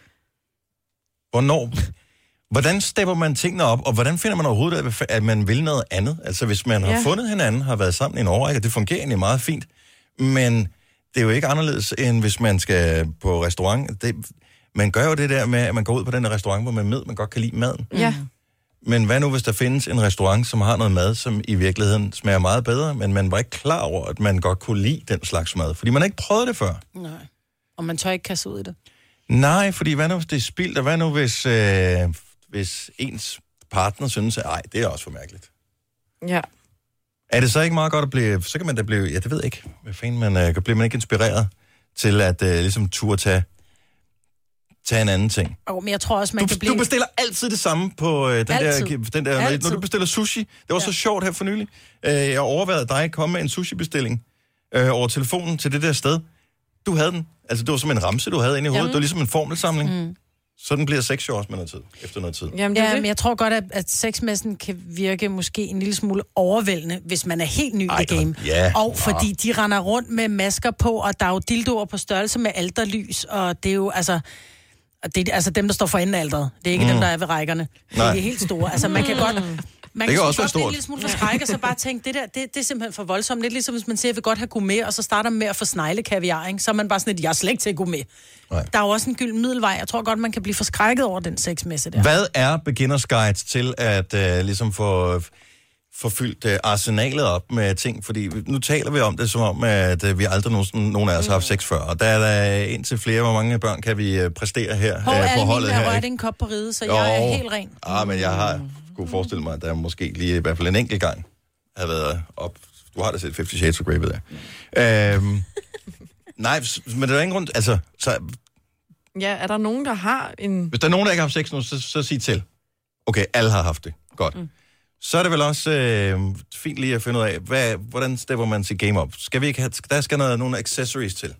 Hvordan stepper man tingene op, og hvordan finder man overhovedet, at man vil noget andet? Altså, hvis man har fundet hinanden, har været sammen i en årrække, det fungerer egentlig meget fint, men det er jo ikke anderledes, end hvis man skal på restaurant. Man gør jo det der med, at man går ud på den restaurant, hvor man godt kan lide maden. Ja. Men hvad nu, hvis der findes en restaurant, som har noget mad, som i virkeligheden smager meget bedre, men man var ikke klar over, at man godt kunne lide den slags mad, fordi man har ikke prøvet det før. Nej. Og man tør ikke kaste ud i det. Nej, fordi hvad nu, hvis det er spildt, og hvad nu, hvis ens partner synes, at ej, det er også for mærkeligt. Ja. Er det så ikke meget godt at blive, så kan man da blive, ja, det ved jeg ikke, hvad fanden bliver man ikke inspireret til at ligesom turde tage en anden ting? Men jeg tror også, man kan blive... Du bestiller altid det samme på den der når du bestiller sushi. Det var så sjovt her for nylig. Jeg overvejede dig at komme med en sushi-bestilling over telefonen til det der sted. Du havde den. Altså, det var som en ramse, du havde inde i hovedet. Det var ligesom en formelsamling. Sådan bliver sex jo også med noget tid, efter noget tid. Jamen, men jeg tror godt, at sexmessen kan virke måske en lille smule overvældende, hvis man er helt ny i game. Og fordi de render rundt med masker på, og der er jo dildoer på størrelse med alterlys, og det er jo altså dem, der står for enden af alteret. Det er ikke dem, der er ved rækkerne. Det er helt store. Altså, man kan godt... Man kan også blive en lille smule forskrækket, og så bare tænke, det er simpelthen for voldsomt. Lidt ligesom hvis man siger, at vi godt have gourmet, og så starter man med at få sneglekaviar, ikke? Så er man bare sådan, at jeg er slet ikke til gourmet. Nej. Der er jo også en gylden middelvej. Jeg tror godt, man kan blive forskrækket over den sexmesse der. Hvad er beginners guide til at ligesom få fyldt arsenalet op med ting? Fordi nu taler vi om det som om, at vi aldrig nogen af os har haft sex før. Og der er der indtil flere, hvor mange børn kan vi præstere her på holdet her. Jeg har en kop på ride, så jeg er helt ren. Men jeg har... kunne forestille mig, at der måske lige i hvert fald en enkelt gang havde været op. Du har da set 50 Shades of Grey ved der. Nej, men der er ingen grund... Altså, så, ja, er der nogen, der har en... Hvis der er nogen, der ikke har haft sex nu, så sig til. Okay, alle har haft det. Godt. Så er det vel også fint lige at finde ud af, hvordan stepper man sit game op? Skal vi ikke have... Der skal nogle accessories til.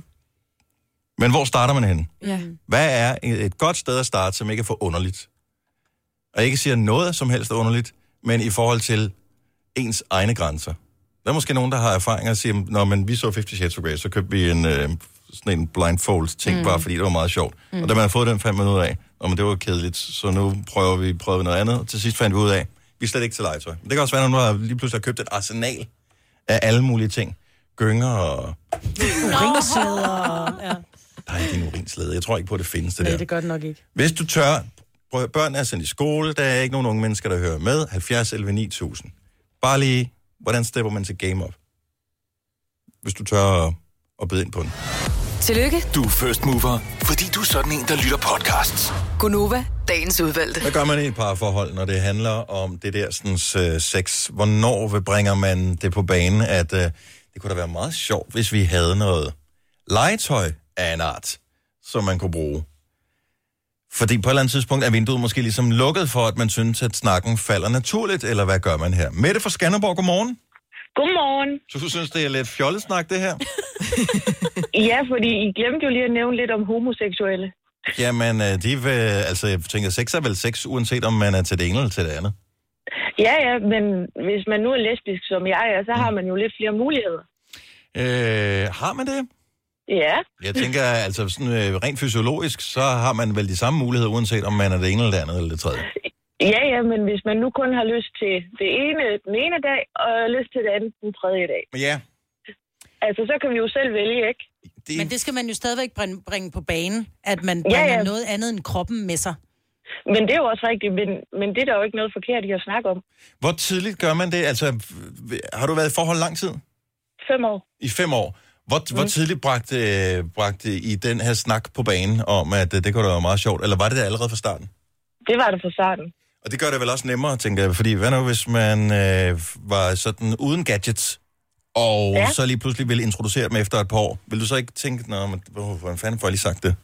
Men hvor starter man henne? Ja. Hvad er et godt sted at starte, som ikke er for underligt? Og jeg ikke siger noget som helst underligt, men i forhold til ens egne grænser. Der er måske nogen, der har erfaringer og siger, når vi så 50 Shades of Grey, så købte vi sådan en blindfold-ting, bare fordi det var meget sjovt. Og da man har fået den 5 minutter af, men det var kedeligt, så nu prøver vi noget andet. Og til sidst fandt vi ud af, vi er slet ikke til legetøj. Men det kan også være, når nu lige pludselig har købt et arsenal af alle mulige ting. Gynger og... Urinslæder. Ja. Nej, det er en urinslæder. Jeg tror ikke på, at det findes det der. Nej, det gør det nok ikke. Hvis du tør... Børn er sendt i skole, der er ikke nogen unge mennesker, der hører med. 70 11 9000. Bare lige, hvordan stepper man til game up? Hvis du tør at byde ind på den. Tillykke. Du er first mover, fordi du er sådan en, der lytter podcasts. Gunova, dagens udvalgte. Hvad gør man i et parforhold, når det handler om det der sådan, sex? Hvornår bringer man det på banen, at det kunne da være meget sjovt, hvis vi havde noget legetøj af en art, som man kunne bruge? Fordi på et eller andet tidspunkt er vinduet måske ligesom lukket for, at man synes, at snakken falder naturligt, eller hvad gør man her? Mette fra Skanderborg, godmorgen. Godmorgen. Så du synes, det er lidt fjollesnak, det her? Ja, fordi I glemte jo lige at nævne lidt om homoseksuelle. Jamen, jeg tænker, sex er vel sex, uanset om man er til det ene eller til det andet. Ja, men hvis man nu er lesbisk, som jeg er, så har man jo lidt flere muligheder. Har man det? Ja. Jeg tænker, altså sådan rent fysiologisk, så har man vel de samme muligheder, uanset om man er det ene eller det andet eller det tredje. Ja, men hvis man nu kun har lyst til det ene den ene dag, og lyst til det andet den tredje dag. Ja. Altså, så kan vi jo selv vælge, ikke? Men det skal man jo stadigvæk bringe på banen, at man bringer noget andet end kroppen med sig. Men det er jo også rigtigt, men det er der jo ikke noget forkert i at snakke om. Hvor tidligt gør man det? Altså, har du været i forhold lang tid? 5 år. I 5 år. Hvor tidligt bragte I den her snak på banen om, at det kunne da være meget sjovt? Eller var det allerede fra starten? Det var det fra starten. Og det gør det vel også nemmere, tænker jeg. Fordi hvad nu, hvis man var sådan uden gadgets, og så lige pludselig ville introducere dem efter et par år? Vil du så ikke tænke, hvordan fanden får jeg lige sagt det?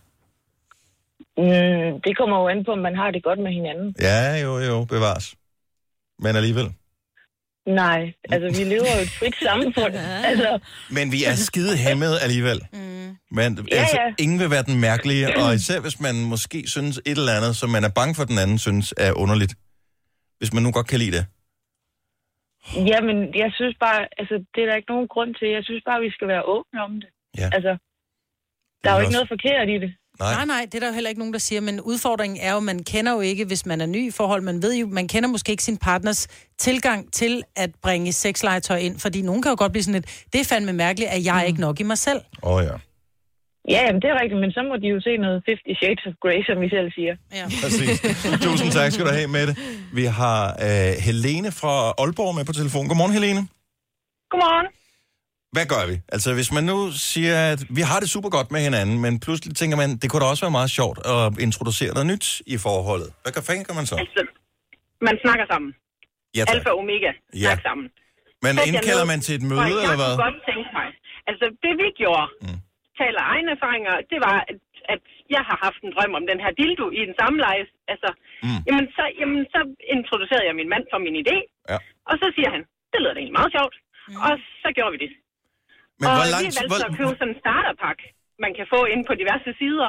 Det kommer jo an på, om man har det godt med hinanden. Ja, jo, bevares. Men alligevel. Nej, altså vi lever jo et frit samfund. Altså. Men vi er skide hæmmet alligevel. Men ingen vil være den mærkelige, og især hvis man måske synes et eller andet, som man er bange for, den anden synes er underligt. Hvis man nu godt kan lide det. Jamen, jeg synes bare, altså det er der ikke nogen grund til. Jeg synes bare, vi skal være åbne om det. Ja. Altså, der er jo ikke noget forkert i det. Nej, det er der jo heller ikke nogen, der siger, men udfordringen er jo, man kender jo ikke, hvis man er ny i forhold, man kender måske ikke sin partners tilgang til at bringe sexlegetøj ind, fordi nogen kan jo godt blive sådan lidt, det er fandme mærkeligt, at jeg er ikke nok i mig selv. Ja. Ja, jamen, det er rigtigt, men så må de jo se noget 50 Shades of Grey, som vi selv siger. Ja. Præcis. Tusind tak skal du have, Mette. Vi har Helene fra Aalborg med på telefon. Godmorgen, Helene. Godmorgen. Hvad gør vi? Altså, hvis man nu siger, at vi har det super godt med hinanden, men pludselig tænker man, det kunne da også være meget sjovt at introducere noget nyt i forholdet. Hvad gør man så? Altså, man snakker sammen. Ja, tak. Alfa og omega. Snak sammen. Men indkalder man til et møde, eller hvad? Jeg kunne godt tænke mig. Altså, det vi gjorde, taler egne erfaringer, det var, at jeg har haft en drøm om den her dildo i den samme leje. Altså, jamen, så introducerede jeg min mand for min idé. Ja. Og så siger han, det lyder da egentlig meget sjovt. Og så gjorde vi det. Men og vi valgte at købe sådan en starterpakke, man kan få inde på diverse sider.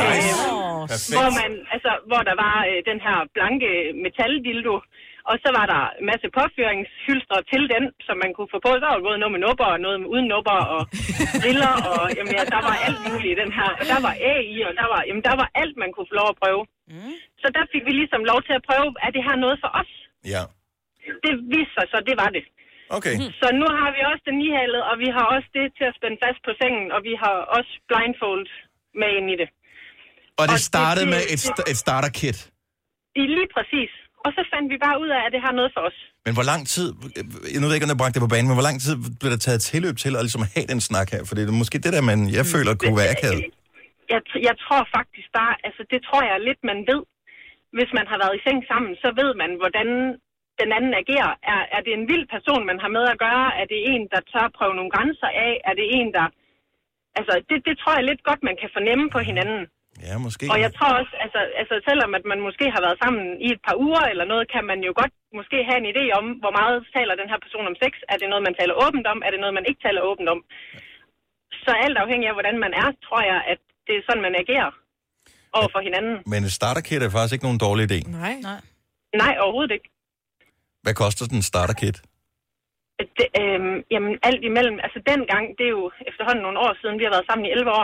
Hvor der var den her blanke metaldildo, og så var der en masse påføringshylstre til den, som man kunne få på. Der var både noget med nupper og noget uden nupper og briller, og jamen, ja, der var alt muligt i den her. Der var æg i, og der var alt, man kunne få lov at prøve. Så der fik vi ligesom lov til at prøve, er det her noget for os? Ja. Det viste sig så, det var det. Okay. Så nu har vi også den nihalet, og vi har også det til at spænde fast på sengen, og vi har også blindfold med ind i det. Og det startede med et starter-kit? Lige præcis. Og så fandt vi bare ud af, at det har noget for os. Men hvor lang tid, jeg ved ikke, om jeg bragte det på banen, men hvor lang tid blev der taget tilløb til at ligesom have den snak her? For det er måske det der, jeg føler kunne være akavet. Jeg tror faktisk bare, altså det tror jeg lidt, man ved. Hvis man har været i seng sammen, så ved man, hvordan den anden agerer. Er det en vild person, man har med at gøre? Er det en, der tør prøve nogle grænser af? Er det en, der... Altså, det tror jeg lidt godt, man kan fornemme på hinanden. Ja, måske. Og jeg tror også, altså selvom at man måske har været sammen i et par uger eller noget, kan man jo godt måske have en idé om, hvor meget taler den her person om sex. Er det noget, man taler åbent om? Er det noget, man ikke taler åbent om? Så alt afhængig af, hvordan man er, tror jeg, at det er sådan, man agerer over for hinanden. Men et starterkit er faktisk ikke nogen dårlig idé. Nej, overhovedet ikke. Hvad koster den starterkit? Jamen, alt imellem. Altså, dengang, det er jo efterhånden nogle år siden, vi har været sammen i 11 år.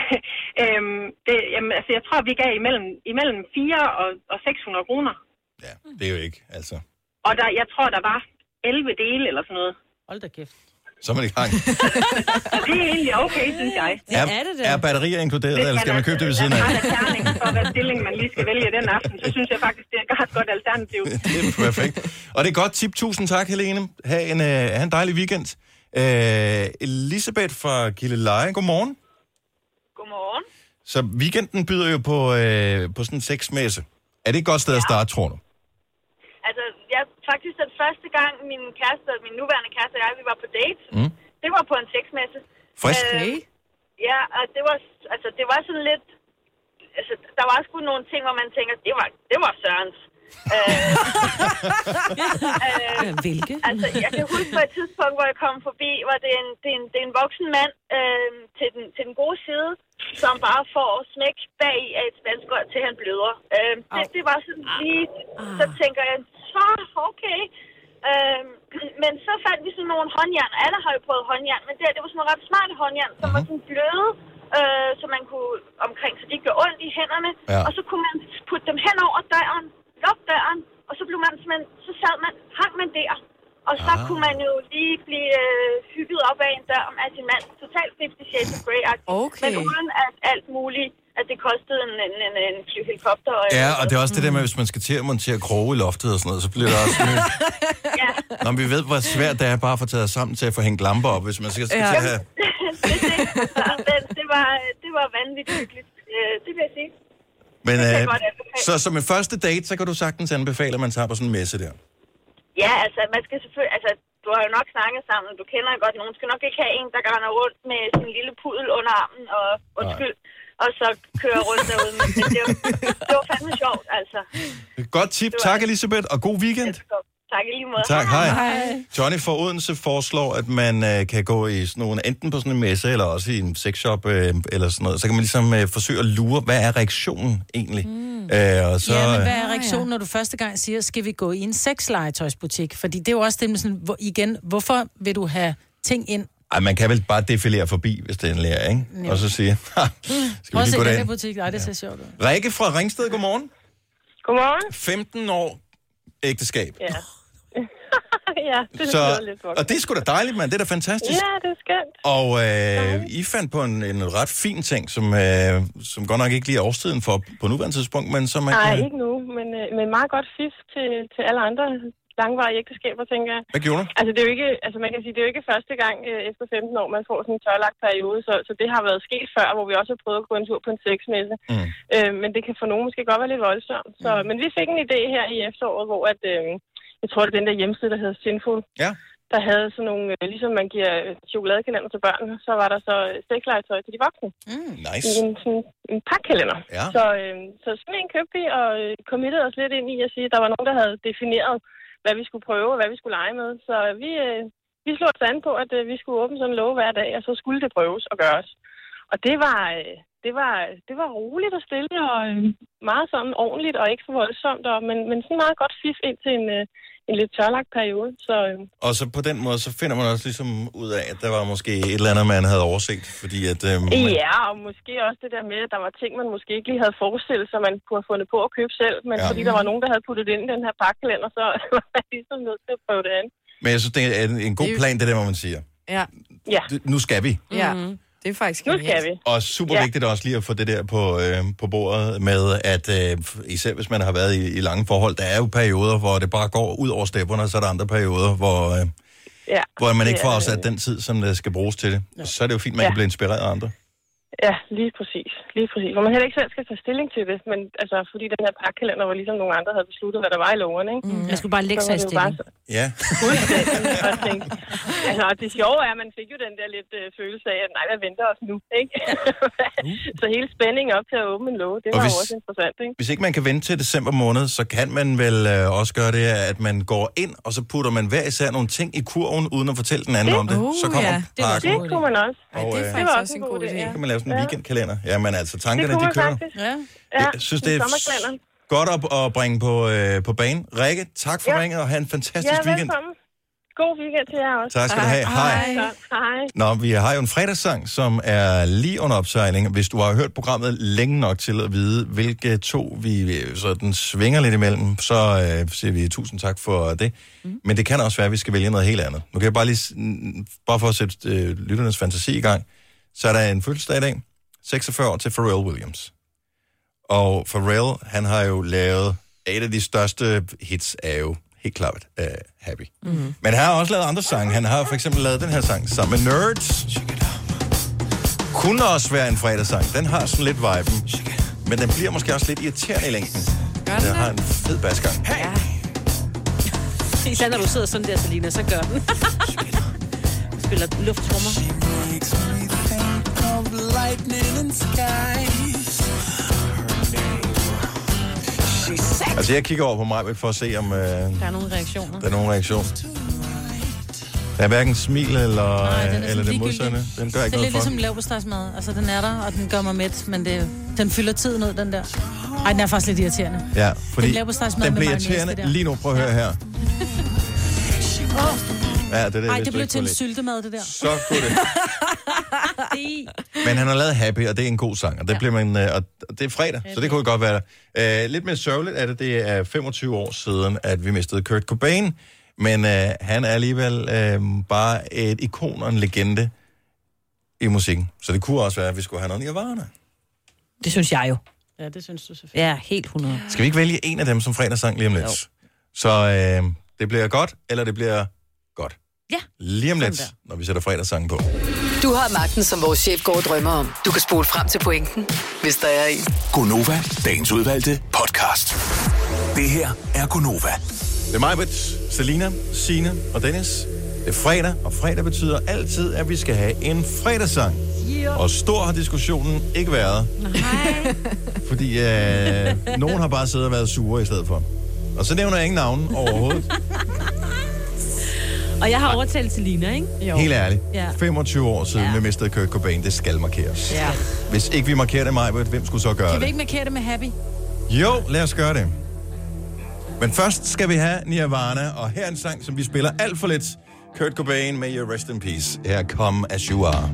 Jeg tror, vi gav imellem 4 og 600 kroner. Ja, det er jo ikke, altså. Og jeg tror, der var 11 dele eller sådan noget. Hold da kæft. Så er man i gang. Det er egentlig okay, synes jeg. Er batterier inkluderet, eller skal man købe det ved siden af? Hvis man er terning for, hvad stilling man lige skal vælge den aften, så synes jeg faktisk, det er et godt alternativ. Det er perfekt. Og det er godt tip. Tusind tak, Helene. Ha' en dejlig weekend. Elisabeth fra Gilleleje, godmorgen. Godmorgen. Så weekenden byder jo på sådan en sexmesse. Er det et godt sted at starte, tror du? Altså, faktisk den første gang, min nuværende kæreste og jeg, vi var på date, det var på en sexmesse. Frisk? Ja, og det var sådan lidt... Altså, der var sgu nogle ting, hvor man tænker, det var Sørens. Hvilke? Altså, jeg kan huske på et tidspunkt, hvor jeg kom forbi, hvor det er en voksen mand til den gode side, som bare får smæk bag af et spanskrør til han bløder. Det var sådan lige... Så tænker jeg, så okay. Men så fandt vi sådan nogle håndjern. Alle har jo prøvet håndjern, men det var sådan nogle ret smarte håndjern, som var sådan bløde, så man kunne omkring, så de ikke gjorde ondt i hænderne. Ja. Og så kunne man putte dem hen over døren, lukke døren, og så blev man simpelthen, hang man der. Og så kunne man jo lige blive hygget op af en dør af sin mand. Totalt 50 Shades of Grey-agtigt. Okay. Men uden at alt muligt, at det kostede en flyhelikopter. Ja, og det er også det der med, hvis man skal til at montere kroge i loftet og sådan noget, så bliver det også nyt. Ja. Nå, men vi ved, hvor svært det er bare at få taget sammen til at få hængt lamper op, hvis man skal til at have... det var vanvittigt hyggeligt. Det vil jeg sige. Men så som en første date, så kan du sagtens anbefale, at man tager på sådan en messe der. Ja, altså, man skal selvfølgelig... Altså, du har jo nok snakket sammen, du kender godt nogen. Du skal nok ikke have en, der render rundt med sin lille pudel under armen og undskyld, og så kører rundt derude. Men det var fandme sjovt, altså. Godt tip. Tak, Elisabeth, og god weekend. Tak i lige måde. Tak, hej. Johnny fra Odense foreslår, at man kan gå i sådan nogle, enten på sådan en messe, eller også i en sexshop, eller sådan noget. Så kan man ligesom forsøge at lure, hvad er reaktionen egentlig? Og så, men hvad er reaktionen, når du første gang siger, skal vi gå i en sexlegetøjsbutik? Fordi det er jo også det med sådan, igen, hvorfor vil du have ting ind? Ej, man kan vel bare defilere forbi, hvis det er en lærer, ikke? Jo. Og så sige, skal vi lige gå derind? Butik? Nej, det ser sjovt ud. Rikke fra Ringsted, godmorgen. Godmorgen. 15 år ægteskab. Ja. Ja, det så, er lidt voksen. Og det er sgu da dejligt, mand. Det er da fantastisk. Ja, det er skønt. Og I fandt på en ret fin ting, som godt nok ikke lige er årstiden for på nuværende tidspunkt, men som man Nej, kan... ikke nu, men meget godt fif til alle andre langvarige ægteskaber, tænker jeg. Hvad gjorde du? Altså, det er jo ikke, altså man kan sige, det er jo ikke første gang efter 15 år, man får sådan en tørlagt periode, så det har været sket før, hvor vi også har prøvet at gå en tur på en sexmesse. Men det kan for nogen måske godt være lidt voldsomt. Så, men vi fik en idé her i efteråret, hvor at, jeg tror, det er den der hjemmeside, der hedder Sinful. Ja. Der havde sådan nogle, ligesom man giver chokoladekalender til børnene, så var der så sexlegetøj til de voksne. Nice. En pakkalender. Ja. Så sådan en købte vi, og committede os lidt ind i at sige, at der var nogen, der havde defineret, hvad vi skulle prøve, og hvad vi skulle lege med. Så vi slog os an på, at vi skulle åbne sådan en låge hver dag, og så skulle det prøves og gøres. Og det var roligt og stille, og meget sådan ordentligt, og ikke for voldsomt, men sådan meget godt fif ind til en lidt tørlagt periode. Og så på den måde, så finder man også ligesom ud af, at der var måske et eller andet, man havde overset, fordi at... Ja, og måske også det der med, at der var ting, man måske ikke lige havde forestillet sig, man kunne have fundet på at købe selv, men fordi der var nogen, der havde puttet ind i den her pakkalender, så var man ligesom nødt til at prøve det an. Men jeg synes, det er en god plan, det der, hvor man siger. Ja. Nu skal vi. Ja. Det er faktisk nu skal vi. Og super vigtigt også lige at få det der på bordet med, at især hvis man har været i lange forhold, der er jo perioder, hvor det bare går ud over stepperne, og så er der andre perioder, hvor man ikke får afsat den tid, som der skal bruges til det. Ja. Så er det jo fint, man kan blive inspireret af andre. Ja, lige præcis. Hvor man heller ikke selv skal tage stilling til det, men altså, fordi den her pakkalender var ligesom nogle andre havde besluttet, hvad der var i lovene, ikke? Jeg skulle bare lægge sig i stilling. Ja. Altså, det sjove er, at man fik jo den der lidt følelse af, at nej, hvad venter os nu, ikke? Så hele spændingen op til at åbne en låge, det var jo også interessant, ikke? Hvis ikke man kan vente til december måned, så kan man vel også gøre det, at man går ind, og så putter man hver især nogle ting i kurven, uden at fortælle den anden om det. Så kommer pakken. Det kunne man også. Det var også en god idé. Så kan man lave sådan en weekendkalender. Jamen altså, tankerne, de kører. Jeg synes, det er godt at bringe på banen. Rikke, tak for ringet, og have en fantastisk weekend. Velkommen. God weekend til jer også. Tak skal du have. Hej. Nå, vi har jo en fredagssang, som er lige under opsejling. Hvis du har hørt programmet længe nok til at vide, hvilke to vi sådan svinger lidt imellem, så siger vi tusind tak for det. Men det kan også være, at vi skal vælge noget helt andet. Nu kan jeg bare for at sætte lytternes fantasi i gang, så er der en fødselsdag i dag, 46 år til Pharrell Williams. Og Pharrell, han har jo lavet et af de største hits, er jo helt klart Happy. Men han har også lavet andre sange. Han har for eksempel lavet den her sang sammen med Nerds. Kunne også være en fredagssang. Den har sådan lidt viben. Men den bliver måske også lidt irriterende i længden. Den har en fed basgang. Ja. Især når du sidder sådan der, Selina, så gør den. Spiller lufttrummer. Altså, jeg kigger over på mig for at se, om der er nogle reaktioner. Der er nogle reaktioner. Der er hverken smil eller det modsatte. Den gør ikke noget for. Det er lidt ligesom leverpostejsmad. Altså, den er der, og den gør mig mæt, men den fylder tiden ud, den der. Ej, den er faktisk lidt irriterende. Ja, fordi den bliver irriterende. Lige nu, prøv at høre her. Ja, det blev til en syltemad, det der. Så kunne det. Men han har lavet Happy, og det er en god sang, og det bliver man, og det er fredag, så det kunne godt være. Lidt mere sørgeligt er det er 25 år siden, at vi mistede Kurt Cobain, men han er alligevel bare et ikon og en legende i musikken. Så det kunne også være, at vi skulle have noget Nirvana. Det synes jeg jo. Ja, det synes du selvfølgelig. Ja, helt 100. Skal vi ikke vælge en af dem som fredagssang lige om lidt? Jo. Så det bliver godt, eller det bliver godt. Ja. Lige om lidt, når vi sætter fredagssangen på. Du har magten, som vores chef går og drømmer om. Du kan spole frem til pointen, hvis der er en. Gonova, dagens udvalgte podcast. Det her er Gonova. Det er mig, Selina, Signe og Dennis. Det er fredag, og fredag betyder altid, at vi skal have en fredagssang. Og stor har diskussionen ikke været. Nej. Fordi nogen har bare siddet og været sure i stedet for. Og så nævner jeg ingen navn overhovedet. Og jeg har overtalt Selina, ikke? Jo. Helt ærligt. Ja. 25 år siden vi mistede Kurt Cobain. Det skal markeres. Ja. Hvis ikke vi markerer det, Majbert, hvem skulle så gøre det? Kan vi ikke markere det med Happy? Jo, lad os gøre det. Men først skal vi have Nirvana, og her er en sang, som vi spiller alt for lidt. Kurt Cobain, May You Rest in Peace. Her Come As You Are.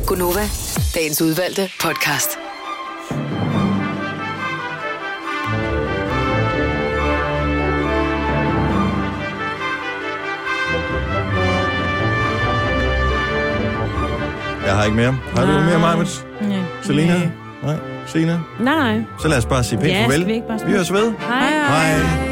Gunova, dagens udvalgte podcast. Jeg har ikke mere. Har du mere, Majbert? Nej. Selina? Nej. Sina? Nej. Så lad os bare sige pænt farvel. Vi høres ved. Hej. Hej.